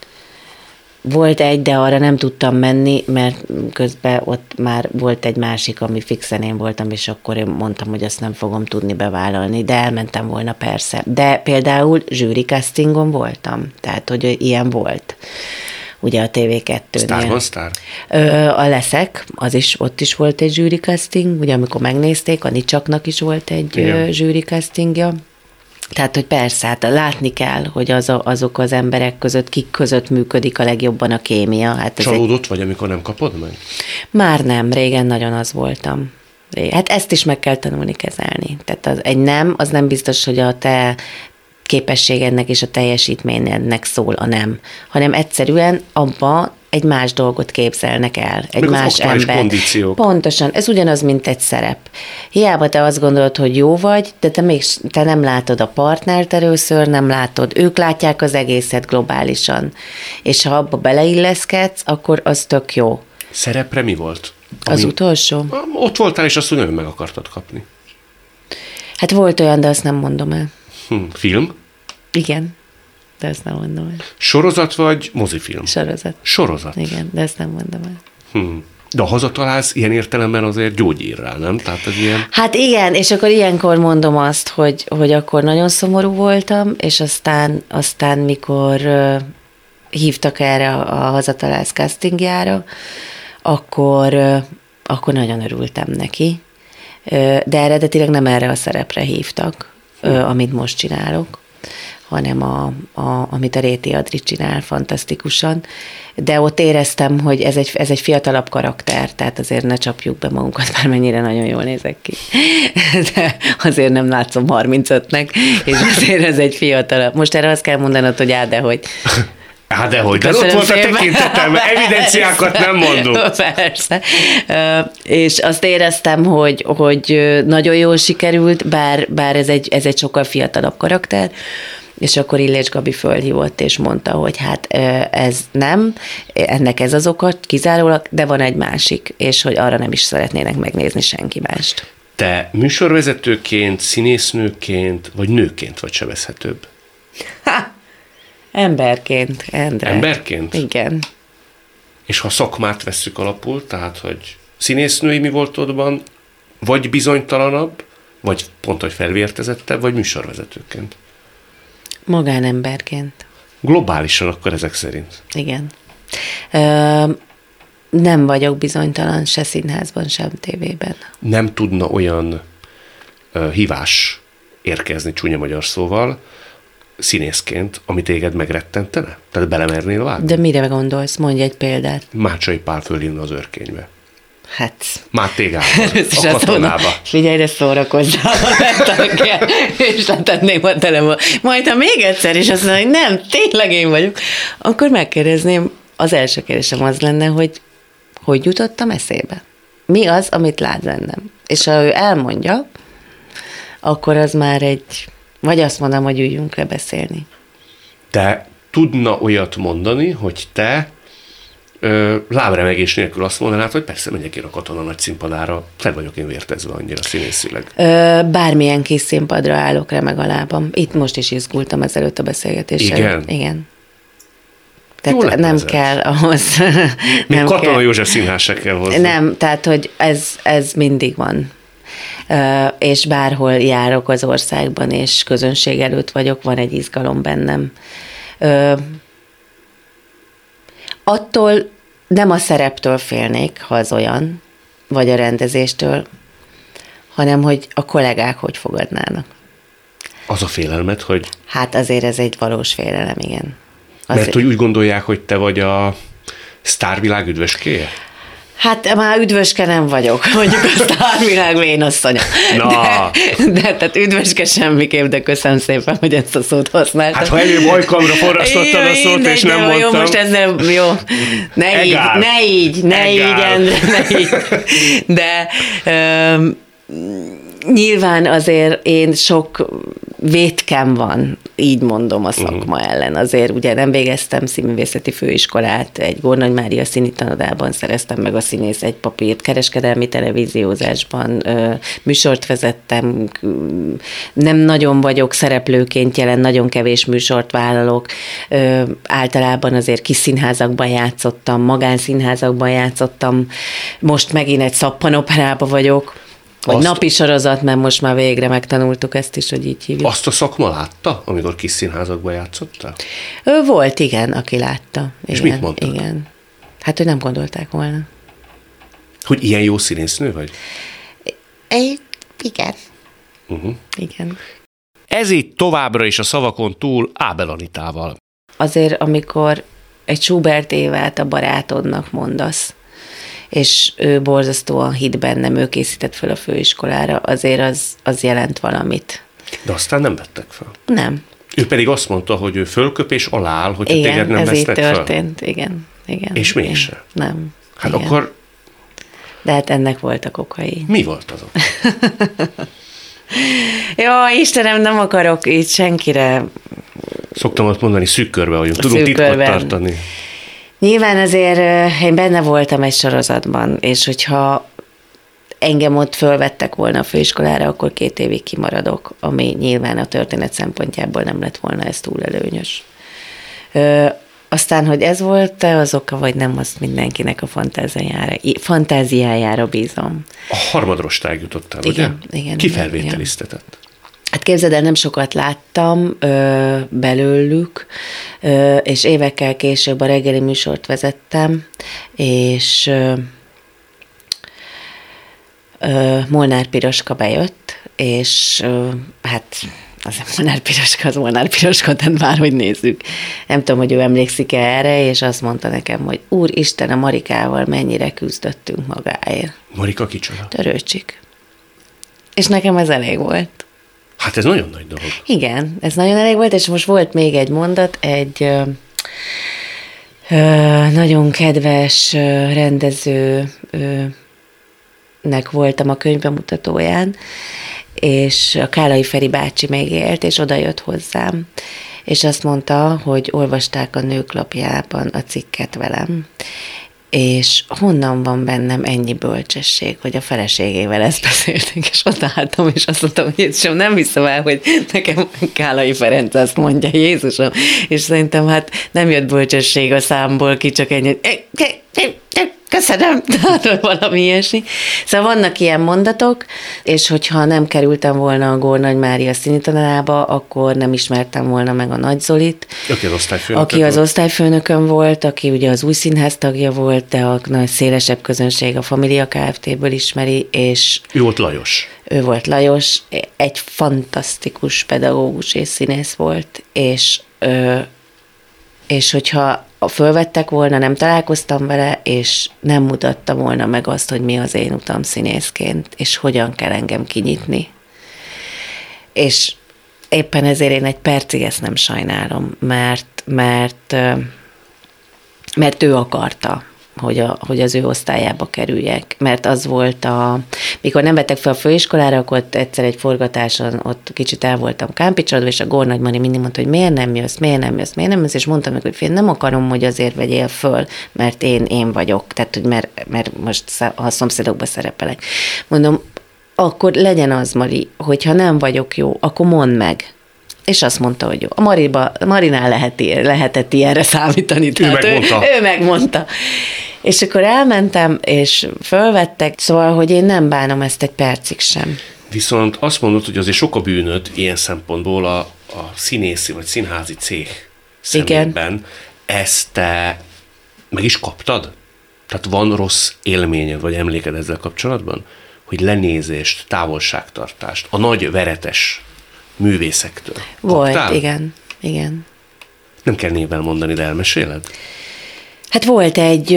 Volt egy, de arra nem tudtam menni, mert közben ott már volt egy másik, ami fixen én voltam, és akkor én mondtam, hogy azt nem fogom tudni bevállalni, de elmentem volna persze. De például zsűri castingon voltam, tehát hogy ilyen volt. Ugye a té vé kettőnél. Sztárban sztár? A Leszek, az is, ott is volt egy zsűri casting, ugye amikor megnézték, a Nicsaknak is volt egy Igen. zsűri castingja. Tehát, hogy persze, hát látni kell, hogy az a, azok az emberek között, kik között működik a legjobban a kémia. Hát Csalódott egy... vagy, amikor nem kapod meg? Már nem, régen nagyon az voltam. Hát ezt is meg kell tanulni kezelni. Tehát az, egy nem, az nem biztos, hogy a te képességednek és a teljesítményednek szól a nem, hanem egyszerűen abba egy más dolgot képzelnek el, egy Még más ember. Kondíciók. Pontosan, ez ugyanaz, mint egy szerep. Hiába te azt gondolod, hogy jó vagy, de te, még, te nem látod a partnert először, nem látod, ők látják az egészet globálisan. És ha abba beleilleszkedsz, akkor az tök jó. Szerepre mi volt? Ami... Az utolsó? Ott voltál, és azt nagyon meg akartad kapni. Hát volt olyan, de azt nem mondom el. Hm, film? Igen, de ezt nem mondom el. Sorozat vagy mozifilm? Sorozat. Sorozat. Igen, de ezt nem mondom el. Hm. De ha hazatalálsz, ilyen értelemben azért gyógyír rá, nem? Tehát ez ilyen... Hát igen, és akkor ilyenkor mondom azt, hogy, hogy akkor nagyon szomorú voltam, és aztán, aztán mikor uh, hívtak erre a, a hazatalálsz castingjára, akkor, uh, akkor nagyon örültem neki. Uh, de eredetileg nem erre a szerepre hívtak, uh, amit most csinálok, hanem a, a, amit a Réti Adri csinál fantasztikusan. De ott éreztem, hogy ez egy, ez egy fiatalabb karakter, tehát azért ne csapjuk be magunkat, már mennyire nagyon jól nézek ki. De azért nem látszom harmincötnek, és azért ez egy fiatalabb. Most erre azt kell mondanod, hogy á, de hogy... Á, dehogy, de ott volt a tekintetem, evidenciákat nem mondunk. Persze. És azt éreztem, hogy, hogy nagyon jól sikerült, bár, bár ez, egy, ez egy sokkal fiatalabb karakter, és akkor Illés Gabi fölhívott, és mondta, hogy hát ez nem, ennek ez az oka, kizárólag, de van egy másik, és hogy arra nem is szeretnének megnézni senki mást. Te műsorvezetőként, színésznőként, vagy nőként vagy sebezhetőbb? Ha! Emberként, Endre. Emberként? Igen. És ha szakmát vesszük alapul, tehát, hogy színésznői mi voltodban, vagy bizonytalanabb, vagy pont, hogy felvértezettebb, vagy műsorvezetőként? Magánemberként. Globálisan akkor ezek szerint? Igen. Ö, nem vagyok bizonytalan se színházban, sem tévében. Nem tudna olyan ö, hívás érkezni, csúnya magyar szóval, színészként, ami téged megrettentene? Tehát belemernél vágni? De mire gondolsz? Mondj egy példát. Mácsai Pál fölhívna az őrkénybe. Hát... Máté Gábor, a katonába. Figyelj, de szórakozzál, és letenném a telefon. Majd, ha még egyszer is azt mondom, hogy nem, tényleg én vagyok, akkor megkérdezném, az első kérdésem az lenne, hogy hogy jutottam eszébe? Mi az, amit lát bennem? És ha ő elmondja, akkor az már egy... Vagy azt mondom, hogy üljünk le beszélni. Te tudna olyat mondani, hogy te ö, lábremegés nélkül azt mondanád, hogy persze megyek én a Katona nagy színpadára, fel vagyok én vértezve annyira színészileg. Ö, bármilyen kis színpadra állok remeg a lábam. Itt most is izgultam ezelőtt a beszélgetéssel. Igen? Igen. Tehát nem ezzel. Kell ahhoz... Még nem Katona kell. József Színház se kell hozzá. Nem, tehát, hogy ez, ez mindig van. Uh, és bárhol járok az országban, és közönség előtt vagyok, van egy izgalom bennem. Uh, attól nem a szereptől félnék, ha az olyan, vagy a rendezéstől, hanem hogy a kollégák hogy fogadnának. Az a félelmet, hogy... Hát azért ez egy valós félelem, igen. Azért... Mert hogy úgy gondolják, hogy te vagy a sztárvilág üdvöskéje? Hát már üdvöske nem vagyok, mondjuk a sztárvilág vénasszonya. Na. De, de tehát üdvöske semmiképp, de köszönöm szépen, hogy ezt a szót használtam. Hát ha előbb ajkamra forrasztottad a szót, és nem mondtam. Jó, most ez nem, jó. Ne Egál. így, ne így, ne Egál. így, Endre, ne így. De um, Nyilván azért én sok vétkem van, így mondom a szakma uh-huh. ellen. Azért ugye nem végeztem színművészeti főiskolát, egy Gornagy Mária színitanodában szereztem meg a színész egy papírt, kereskedelmi televíziózásban műsort vezettem, nem nagyon vagyok szereplőként jelen, nagyon kevés műsort vállalok, általában azért kis színházakban játszottam, magánszínházakban játszottam, most megint egy szappanoperába vagyok, vagy azt, napi sorozat, mert most már végre megtanultuk ezt is, hogy így hívjuk. Azt a szakma látta, amikor kis színházakban játszottál? Ő volt, igen, aki látta. És igen, mit mondtak? Igen. Hát, hogy nem gondolták volna. Hogy ilyen jó színésznő vagy? É, igen. Uh-huh. Igen. Ez itt továbbra is a szavakon túl Ábel Anitával. Azért, amikor egy Schubert Évát a barátodnak mondasz, és ő borzasztóan hitt bennem, ő készített fel a főiskolára, azért az, az jelent valamit. De aztán nem vettek fel. Nem. Ő pedig azt mondta, hogy ő fölköp és aláll, hogy igen, téged nem vesznek fel. Igen, ez így történt, igen. igen És mégse? Nem. Hát igen. akkor... De hát ennek voltak okai. Mi volt azok? Jó, Istenem, nem akarok így senkire... Szoktam azt mondani, szűk körbe vagyunk, tudunk titkot tartani. Nyilván azért én benne voltam egy sorozatban, és hogyha engem ott fölvettek volna a főiskolára, akkor két évig kimaradok, ami nyilván a történet szempontjából nem lett volna ez túl előnyös. Ö, aztán, hogy ez volt-e az oka, vagy nem, azt mindenkinek a fantáziájára, fantáziájára bízom. A harmadrostáig jutottál, igen, ugye? Igen. Ki felvételiztetett? Hát képzeld el, nem sokat láttam ö, belőlük, ö, és évekkel később a reggeli műsort vezettem, és ö, ö, Molnár Piroska bejött, és ö, hát az Molnár Piroska, az Molnár Piroska, tehát bárhogy nézzük. Nem tudom, hogy ő emlékszik-e erre, és azt mondta nekem, hogy Úristen, a Marikával mennyire küzdöttünk magáért. Marika kicsoda? Törőcsik. És nekem ez elég volt. Hát ez nagyon nagy dolog. Igen, ez nagyon elég volt, és most volt még egy mondat, egy ö, ö, nagyon kedves ö, rendezőnek voltam a könyvbemutatóján, és a Kálai Feri bácsi még élt, és oda jött hozzám, és azt mondta, hogy olvasták a Nők lapjában a cikket velem, és honnan van bennem ennyi bölcsesség, hogy a feleségével ezt beszéltünk, és ott álltam, és azt mondtam, hogy Jézusom, nem hiszem el, hogy nekem Kálai Ferenc azt mondja, Jézusom, és szerintem hát nem jött bölcsesség a számból ki, csak ennyi, köszönöm, tehát valami ilyesmi. Szóval vannak ilyen mondatok, és hogyha nem kerültem volna a Gornagy Mária színitanába, akkor nem ismertem volna meg a Nagy Zolit. Aki az osztályfőnökön Aki az volt. osztályfőnökön volt, aki ugye az Új Színház tagja volt, de a nagy szélesebb közönség a Família Kft-ből ismeri, és... Ő volt Lajos. Ő volt Lajos, egy fantasztikus pedagógus és színész volt, és, ö, és hogyha fölvettek volna, nem találkoztam vele, és nem mutatta volna meg azt, hogy mi az én utam színészként, és hogyan kell engem kinyitni. És éppen ezért én egy percig ezt nem sajnálom, mert, mert, mert ő akarta, hogy, a, hogy az ő osztályába kerüljek. Mert az volt a... Mikor nem vettek fel a főiskolára, akkor ott egyszer egy forgatáson ott kicsit el voltam kámpicsodva, és a Gornagy Mari mindig mondta, hogy miért nem jössz, miért nem jössz, miért nem jössz, és mondtam meg, hogy fél, nem akarom, hogy azért vegyél föl, mert én, én vagyok. Tehát, hogy mert, mert most a szomszédokba szerepelek. Mondom, akkor legyen az, Mari, hogyha nem vagyok jó, akkor mondd meg. És azt mondta, hogy jó. A Mariba, Marinál lehet, lehetett ilyenre számítani. Ő megmondta. Ő, ő megmondta. És akkor elmentem, és fölvettek, szóval, hogy én nem bánom ezt egy percig sem. Viszont azt mondod, hogy azért sok a bűnöd ilyen szempontból a, a színészi vagy színházi cég szemében. Ezt te meg is kaptad? Tehát van rossz élményed, vagy emléked ezzel kapcsolatban? Hogy lenézést, távolságtartást, a nagy veretes művészektől. Volt, kaptál? igen, igen. Nem kell névvel mondani, de elmeséled? Hát volt egy,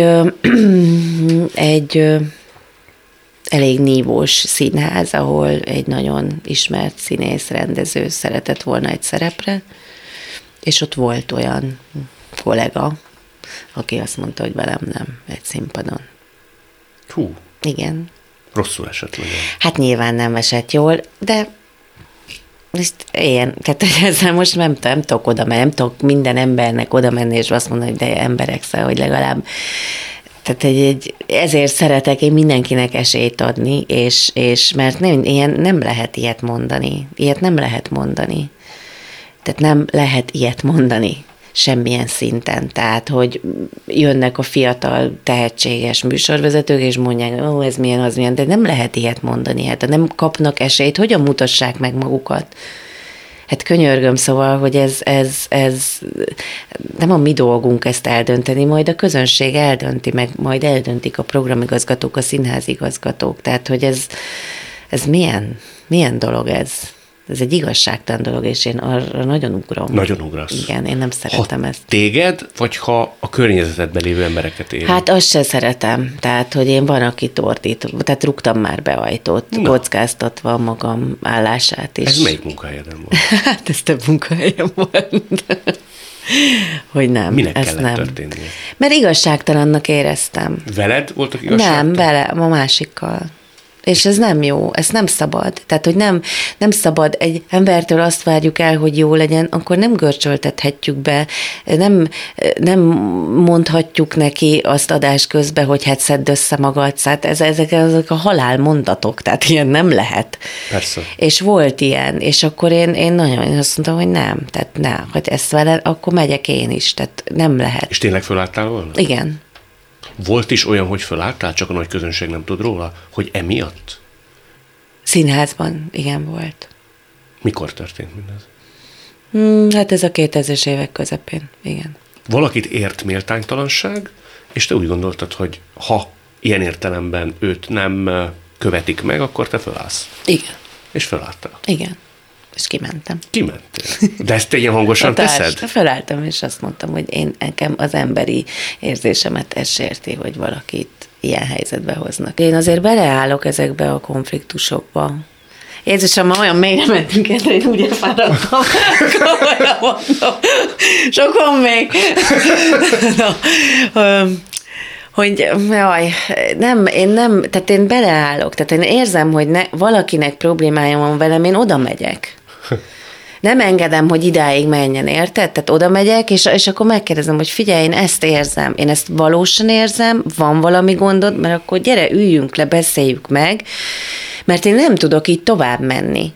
egy elég nívós színház, ahol egy nagyon ismert színész, rendező szeretett volna egy szerepre, és ott volt olyan kollega, aki azt mondta, hogy velem nem, egy színpadon. Hú. Igen. Rosszul esett meg. Hát nyilván nem esett jól, de most ilyen, tehát ezzel most nem, nem tudok oda menni, nem tudok minden embernek oda menni, és azt mondani, hogy de emberek, szóval, hogy legalább, tehát egy, egy, ezért szeretek én mindenkinek esélyt adni, és, és mert nem, ilyen, nem lehet ilyet mondani, ilyet nem lehet mondani. Tehát nem lehet ilyet mondani semmilyen szinten. Tehát, hogy jönnek a fiatal, tehetséges műsorvezetők, és mondják, ó, ez milyen, az milyen, de nem lehet ilyet mondani. Hát nem kapnak esélyt, hogyan mutassák meg magukat? Hát könyörgöm, szóval, hogy ez, ez, ez nem a mi dolgunk ezt eldönteni, majd a közönség eldönti, meg majd eldöntik a programigazgatók, a színházigazgatók. Tehát, hogy ez, ez milyen, milyen dolog ez? Ez egy igazságtalan dolog, és én arra nagyon ugrom. Nagyon ugrasz. Igen, én nem szeretem ha ezt. Téged, vagy ha a környezetedben lévő embereket éri? Hát azt se szeretem. Tehát, hogy én van, aki tordít. Tehát rúgtam már be ajtót, Na. kockáztatva a magam állását is. Ez melyik munkahelyeden volt? Hát ez több munkahelyem volt. Hogy nem. Minek ez kellett nem. történnie? Mert igazságtalannak éreztem. Veled voltak igazságtalan? Nem, vele, a másikkal. És ez nem jó, ez nem szabad. Tehát, hogy nem, nem szabad egy embertől azt várjuk el, hogy jó legyen, akkor nem görcsöltethetjük be, nem, nem mondhatjuk neki azt adás közben, hogy hát szedd össze magad, hát ez, ezek, ezek a halál mondatok, tehát ilyen nem lehet. Persze. És volt ilyen, és akkor én, én nagyon azt mondtam, hogy nem, tehát nem, hogy ezt vele, akkor megyek én is, tehát nem lehet. És tényleg fölálltál volna? Igen. Volt is olyan, hogy fölálltál, csak a nagy közönség nem tud róla, hogy emiatt? Színházban, igen, volt. Mikor történt mindez? Hmm, hát ez a kétezres évek közepén, igen. Valakit ért méltánytalanság, és te úgy gondoltad, hogy ha ilyen értelemben őt nem követik meg, akkor te fölállsz. Igen. És fölálltál. Igen. És kimentem. Kimentél. De ezt te ilyen hangosan teszed? Felálltam, és azt mondtam, hogy én nekem az emberi érzésemet ez sérti, hogy valakit ilyen helyzetbe hoznak. Én azért beleállok ezekbe a konfliktusokba. Jézusom, ma olyan mélyre mentünk el, hogy úgy elfáradtam. Sok van még. Na, hogy jaj, nem, én nem, tehát én beleállok, tehát én érzem, hogy ne, valakinek problémája van velem, én oda megyek. Nem engedem, hogy idáig menjen, érted? Tehát oda megyek, és, és akkor megkérdezem, hogy figyelj, én ezt érzem, én ezt valósan érzem, van valami gondod, mert akkor gyere, üljünk le, beszéljük meg, mert én nem tudok így tovább menni.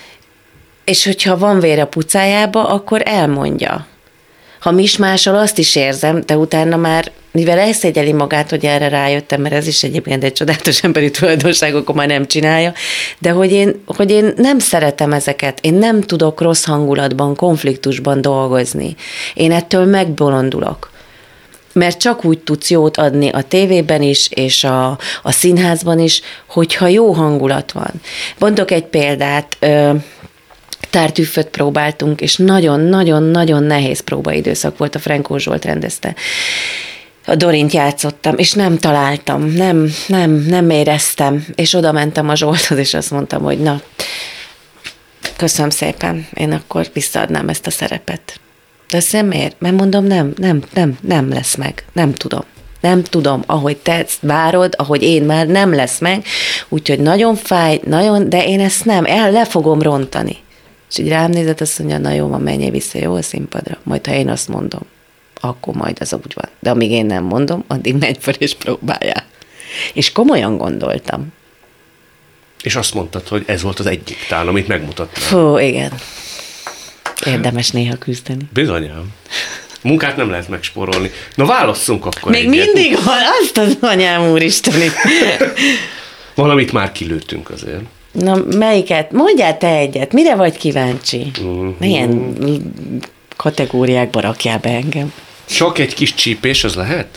És hogyha van vér a pucájába, akkor elmondja. Ha mismásol, azt is érzem, de utána már, mivel elszégyeli magát, hogy erre rájöttem, mert ez is egyébként egy csodálatos emberi tulajdonság, akkor már nem csinálja, de hogy én, hogy én nem szeretem ezeket, én nem tudok rossz hangulatban, konfliktusban dolgozni. Én ettől megbolondulok. Mert csak úgy tudsz jót adni a tévében is, és a, a színházban is, hogyha jó hangulat van. Mondok egy példát, tártűföt próbáltunk, és nagyon-nagyon-nagyon nehéz próbaidőszak volt, a Frenkó Zsolt rendezte. A Dorint játszottam, és nem találtam, nem, nem, nem éreztem, és oda mentem a Zsolthoz, és azt mondtam, hogy na, köszönöm szépen, én akkor visszaadnám ezt a szerepet. De azt nem miért? Mert mondom, nem, nem, nem, nem lesz meg, nem tudom. Nem tudom, ahogy te ezt várod, ahogy én már nem lesz meg, úgyhogy nagyon fáj, nagyon, de én ezt nem, el le fogom rontani. És így rám nézett, azt mondja, na jó, van, menjél vissza, jó a színpadra. Majd, ha én azt mondom, akkor majd az úgy van. De amíg én nem mondom, addig megy fel és próbálják. És komolyan gondoltam. És azt mondtad, hogy ez volt az egyik tál, amit megmutattál. Fú, igen. Érdemes néha küzdeni. Bizonyám. Munkát nem lehet megspórolni. Na válasszunk akkor Még egyet. Mindig van, azt az anyám úristeni. Valamit már kilőttünk azért. Na, melyiket? Mondjál te egyet. Mire vagy kíváncsi? Mm-hmm. Milyen kategóriákba rakjál be engem? Csak egy kis csípés, az lehet?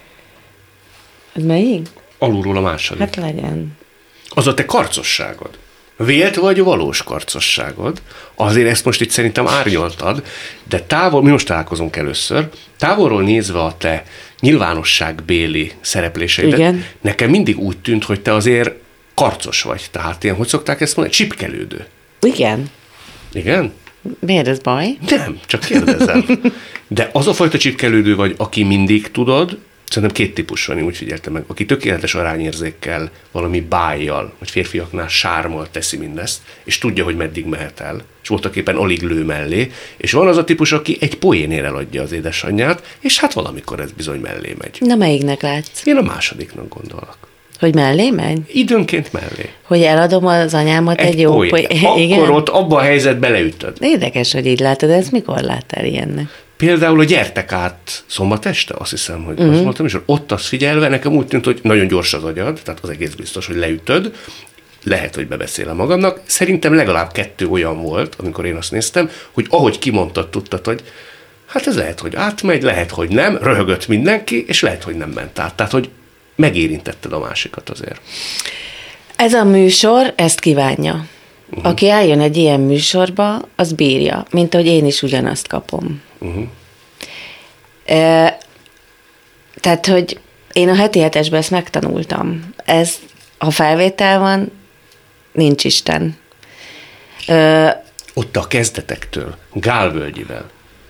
Ez melyik? Alulról a második. Hát legyen. Az a te karcosságod. Vélt vagy valós karcosságod. Azért ezt most itt szerintem árnyoltad, de távol, mi most találkozunk először, távolról nézve a te nyilvánosságbéli szerepléseidet, igen. Nekem mindig úgy tűnt, hogy te azért karcos vagy. Tehát ilyen, hogy szokták ezt mondani? Csipkelődő. Igen. Igen? Miért ez baj? Nem, csak kérdezem. De az a fajta csipkelődő vagy, aki mindig tudod, Szerintem két típus van, én úgy figyeltem meg. Aki tökéletes arányérzékkel, valami bájjal, vagy férfiaknál sármal teszi mindezt, és tudja, hogy meddig mehet el, és voltak éppen alig lő mellé, és van az a típus, aki egy poénért eladja az édesanyját, és hát valamikor ez bizony mellé megy. Na, melyiknek látsz? Én a másodiknak gondolok. Hogy mellé megy? Időnként mellé. Hogy eladom az anyámat egy, egy jó poén. poén. Akkor igen? Ott abban a helyzetbe leütöd. Érdekes, hogy így látod, ezt mikor láttál ilyennek? Például a Gyertek át Szombat este, azt hiszem, hogy uh-huh. azt mondtam, és ott azt figyelve, nekem úgy tűnt, hogy nagyon gyors az agyad, tehát az egész biztos, hogy leütöd, lehet, hogy bebeszélem magamnak. Szerintem legalább kettő olyan volt, amikor én azt néztem, hogy ahogy kimondtad, tudtad, hogy hát ez lehet, hogy átmegy, lehet, hogy nem, röhögött mindenki, és lehet, hogy nem ment át. Tehát, hogy megérintetted a másikat azért. Ez a műsor ezt kívánja. Uh-huh. Aki eljön egy ilyen műsorba, az bírja, mint ahogy én is ugyanazt kapom. Uh-huh. E, tehát, hogy én a heti hetesben ezt megtanultam. Ez, ha felvétel van, nincs Isten. E, Ott a kezdetektől, Gálvölgyivel,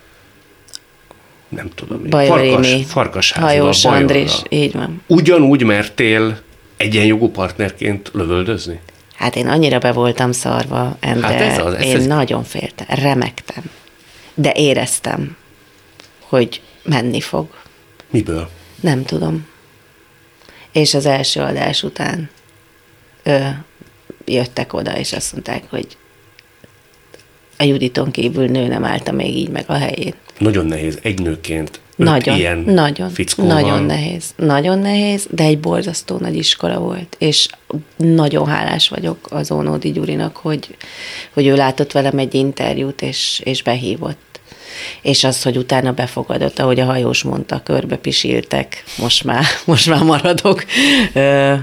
nem tudom, Farkas, Farkasházban, Hajós Andris, így van. Ugyanúgy mertél egyenjogú partnerként lövöldözni? Hát én annyira be voltam szarva, Endre, hát ez az, ez én ez... nagyon féltem, remegtem, de éreztem, hogy menni fog. Miből? Nem tudom. És az első adás után ö, jöttek oda, és azt mondták, hogy a Juditon kívül nő nem állta még így meg a helyén. Nagyon nehéz egy nőként nagyon, ilyen nagyon, fickóval. Nagyon nehéz, nagyon nehéz, de egy borzasztó nagy iskola volt, és nagyon hálás vagyok az Ónódi Gyurinak, hogy, hogy ő látott velem egy interjút, és, és behívott. És az, hogy utána befogadott, ahogy a Hajós mondta, körbe pisiltek, most már, most már maradok. Ö,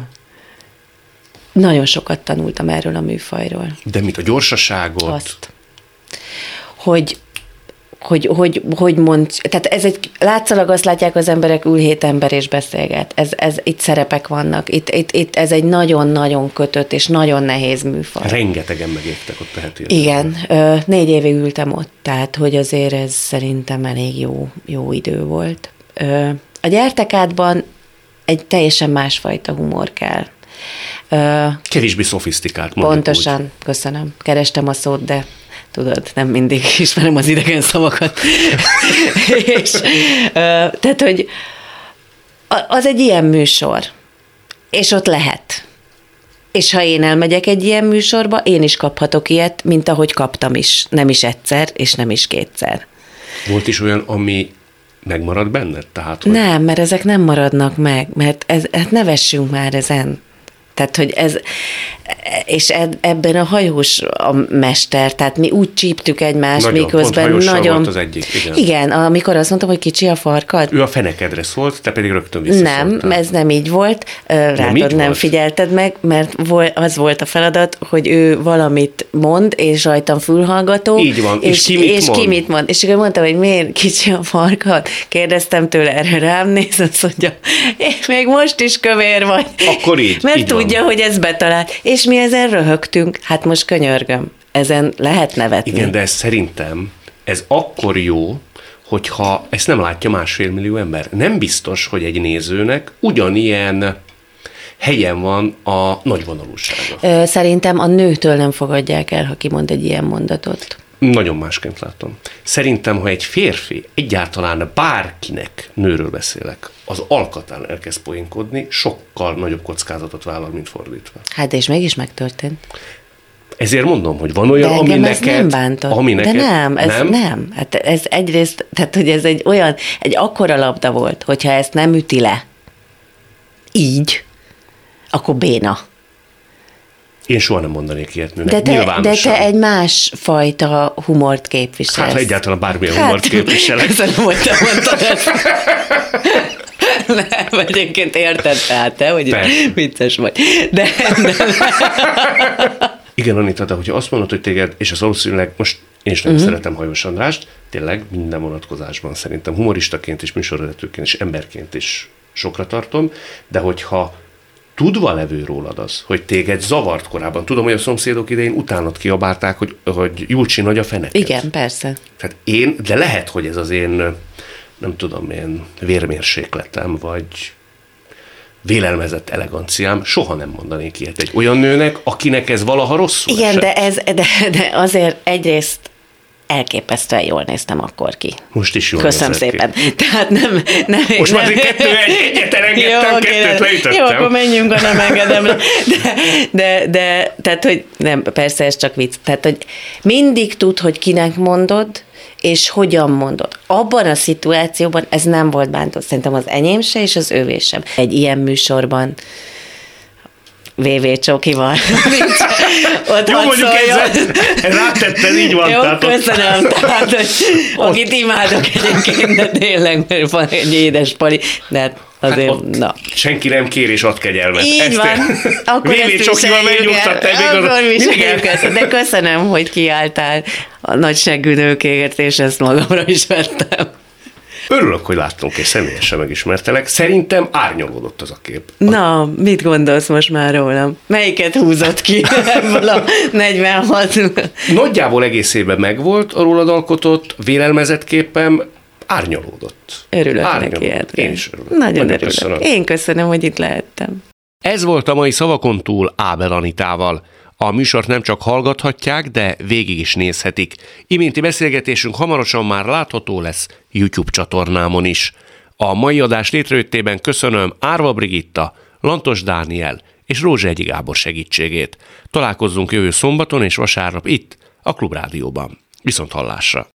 nagyon sokat tanultam erről a műfajról. De mit, a gyorsaságot? Azt, hogy hogy, hogy, hogy mondj, tehát ez egy, látszalag azt látják az emberek, ül hét ember és beszélget. Ez, ez, itt szerepek vannak. Itt, itt, itt ez egy nagyon-nagyon kötött és nagyon nehéz műfaj. Rengetegen megértek ott a heti. Igen, négy évig ültem ott, tehát hogy azért ez szerintem elég jó, jó idő volt. A Gyertek átban egy teljesen másfajta humor kell. Kevésbé szofisztikált. Pontosan, úgy. Köszönöm. Kerestem a szót, de tudod, nem mindig ismerem az idegen szavakat. és, tehát, hogy az egy ilyen műsor, és ott lehet. És ha én elmegyek egy ilyen műsorba, én is kaphatok ilyet, mint ahogy kaptam is. Nem is egyszer, és nem is kétszer. Volt is olyan, ami megmarad benned? Tehát, hogy... Nem, mert ezek nem maradnak meg, mert ez, hát ne vessünk már ezen. Tehát, hogy ez, és ebben a Hajós a mester, tehát mi úgy csíptük egymást, nagyon, miközben nagyon... volt az egyik, igen. Igen, amikor azt mondtam, hogy kicsi a farkad. Ő a fenekedre szólt, te pedig rögtön visszaszóltál. Nem, ez nem így volt. Rátad nem, nem figyelted meg, mert az volt a feladat, hogy ő valamit mond, és rajtam fülhallgató. Így van, és, és ki mit és mond? Ki mit mond. És akkor mondta, hogy miért kicsi a farkad? Kérdeztem tőle, erre rám néz, azt mondja, és még most is kövér vagy. Akkor így, mert így tudja, van. hogy ez betalált. És mi ezen röhögtünk. Hát most könyörgöm. Ezen lehet nevetni. Igen, de ez szerintem ez akkor jó, hogyha ezt nem látja másfél millió ember. Nem biztos, hogy egy nézőnek ugyanilyen helyen van a nagyvonalúsága. Szerintem a nőtől nem fogadják el, ha kimond egy ilyen mondatot. Nagyon másként látom. Szerintem, ha egy férfi, egyáltalán bárkinek, nőről beszélek, az alkatán elkezd poénkodni, sokkal nagyobb kockázatot vállal, mint fordítva. Hát és mégis megtörtént. Ezért mondom, hogy van olyan, de ami neked... neked... nem bántott. Ami neked, de nem, ez nem. nem. Hát ez egyrészt, tehát hogy ez egy olyan, egy akkora labda volt, hogyha ezt nem üti le, így, akkor béna. Én soha nem mondanék ilyet nőnek, de te, nyilvánosan. De te egy másfajta humort képviselsz. Hát, ha egyáltalán bármilyen hát, humort képviselek. Köszönöm, hogy te mondtad ezt. Nem, egyébként érted, tehát te, hogy vicces vagy. De, de... Igen, Anita, de hogyha azt mondod, hogy téged, és az valószínűleg most én is nem uh-huh. szeretem Hajós Andrást, tényleg minden vonatkozásban szerintem humoristaként és műsorvezetőként és emberként is sokra tartom, de hogyha tudva levő rólad az, hogy téged zavart korábban. Tudom, hogy a szomszédok idején utánad kiabálták, hogy, hogy Julcsi nagy a feneked. Igen, persze. Tehát én, de lehet, hogy ez az én nem tudom, milyen vérmérsékletem, vagy vélelmezett eleganciám, soha nem mondanék ilyet egy olyan nőnek, akinek ez valaha rosszul Igen, esett. de, ez, de, de azért egyrészt elképesztően jól néztem akkor ki. Most is jól Köszönöm szépen. Ki. Tehát nem... nem Most nem, már kettő, egy, egyet elengedtem, jó, kettőt leütöttem. Jó, akkor menjünk a nem engedemre. De, de, de, tehát, hogy nem, persze ez csak vicc. Tehát, hogy mindig tud, hogy kinek mondod, és hogyan mondod. Abban a szituációban ez nem volt bántó. Szerintem az enyém se, és az övé sem. Egy ilyen műsorban vé vé Csokival. Ott jó, mondjuk ezzel rátetted, így van. Jó, tehát köszönöm. Tehát, hogy akit imádok egyébként, de tényleg, mert van egy édes Pali, de hát azért, hát na. Senki nem kér, és ad kegyelmet. Így ezt van. Akkor vé vé Csokival megnyugtattál. Akkor viseljük ezt. De köszönöm, hogy kiálltál a nagyseggű nőkért, és ezt magamra is vettem. Örülök, hogy láttunk, és személyesen megismertelek. Szerintem árnyalódott az a kép. Na, mit gondolsz most már rólam? Melyiket húzott ki ebből a negyvenhat? Nagyjából egészében megvolt a rólad alkotott vélelmezett képem, árnyalódott. Örülök árnyalódott. neki, Edgar. Én is örülök. Nagyon, Nagyon örülök. Köszönöm. Én köszönöm, hogy itt lehettem. Ez volt a mai Szavakon túl Ábel Anitával. A műsort nem csak hallgathatják, de végig is nézhetik. Iménti beszélgetésünk hamarosan már látható lesz YouTube csatornámon is. A mai adás létrejöttében köszönöm Árva Brigitta, Lantos Dániel és Rózsehegyi Gábor segítségét. Találkozzunk jövő szombaton és vasárnap itt, a Klubrádióban. Viszont hallásra!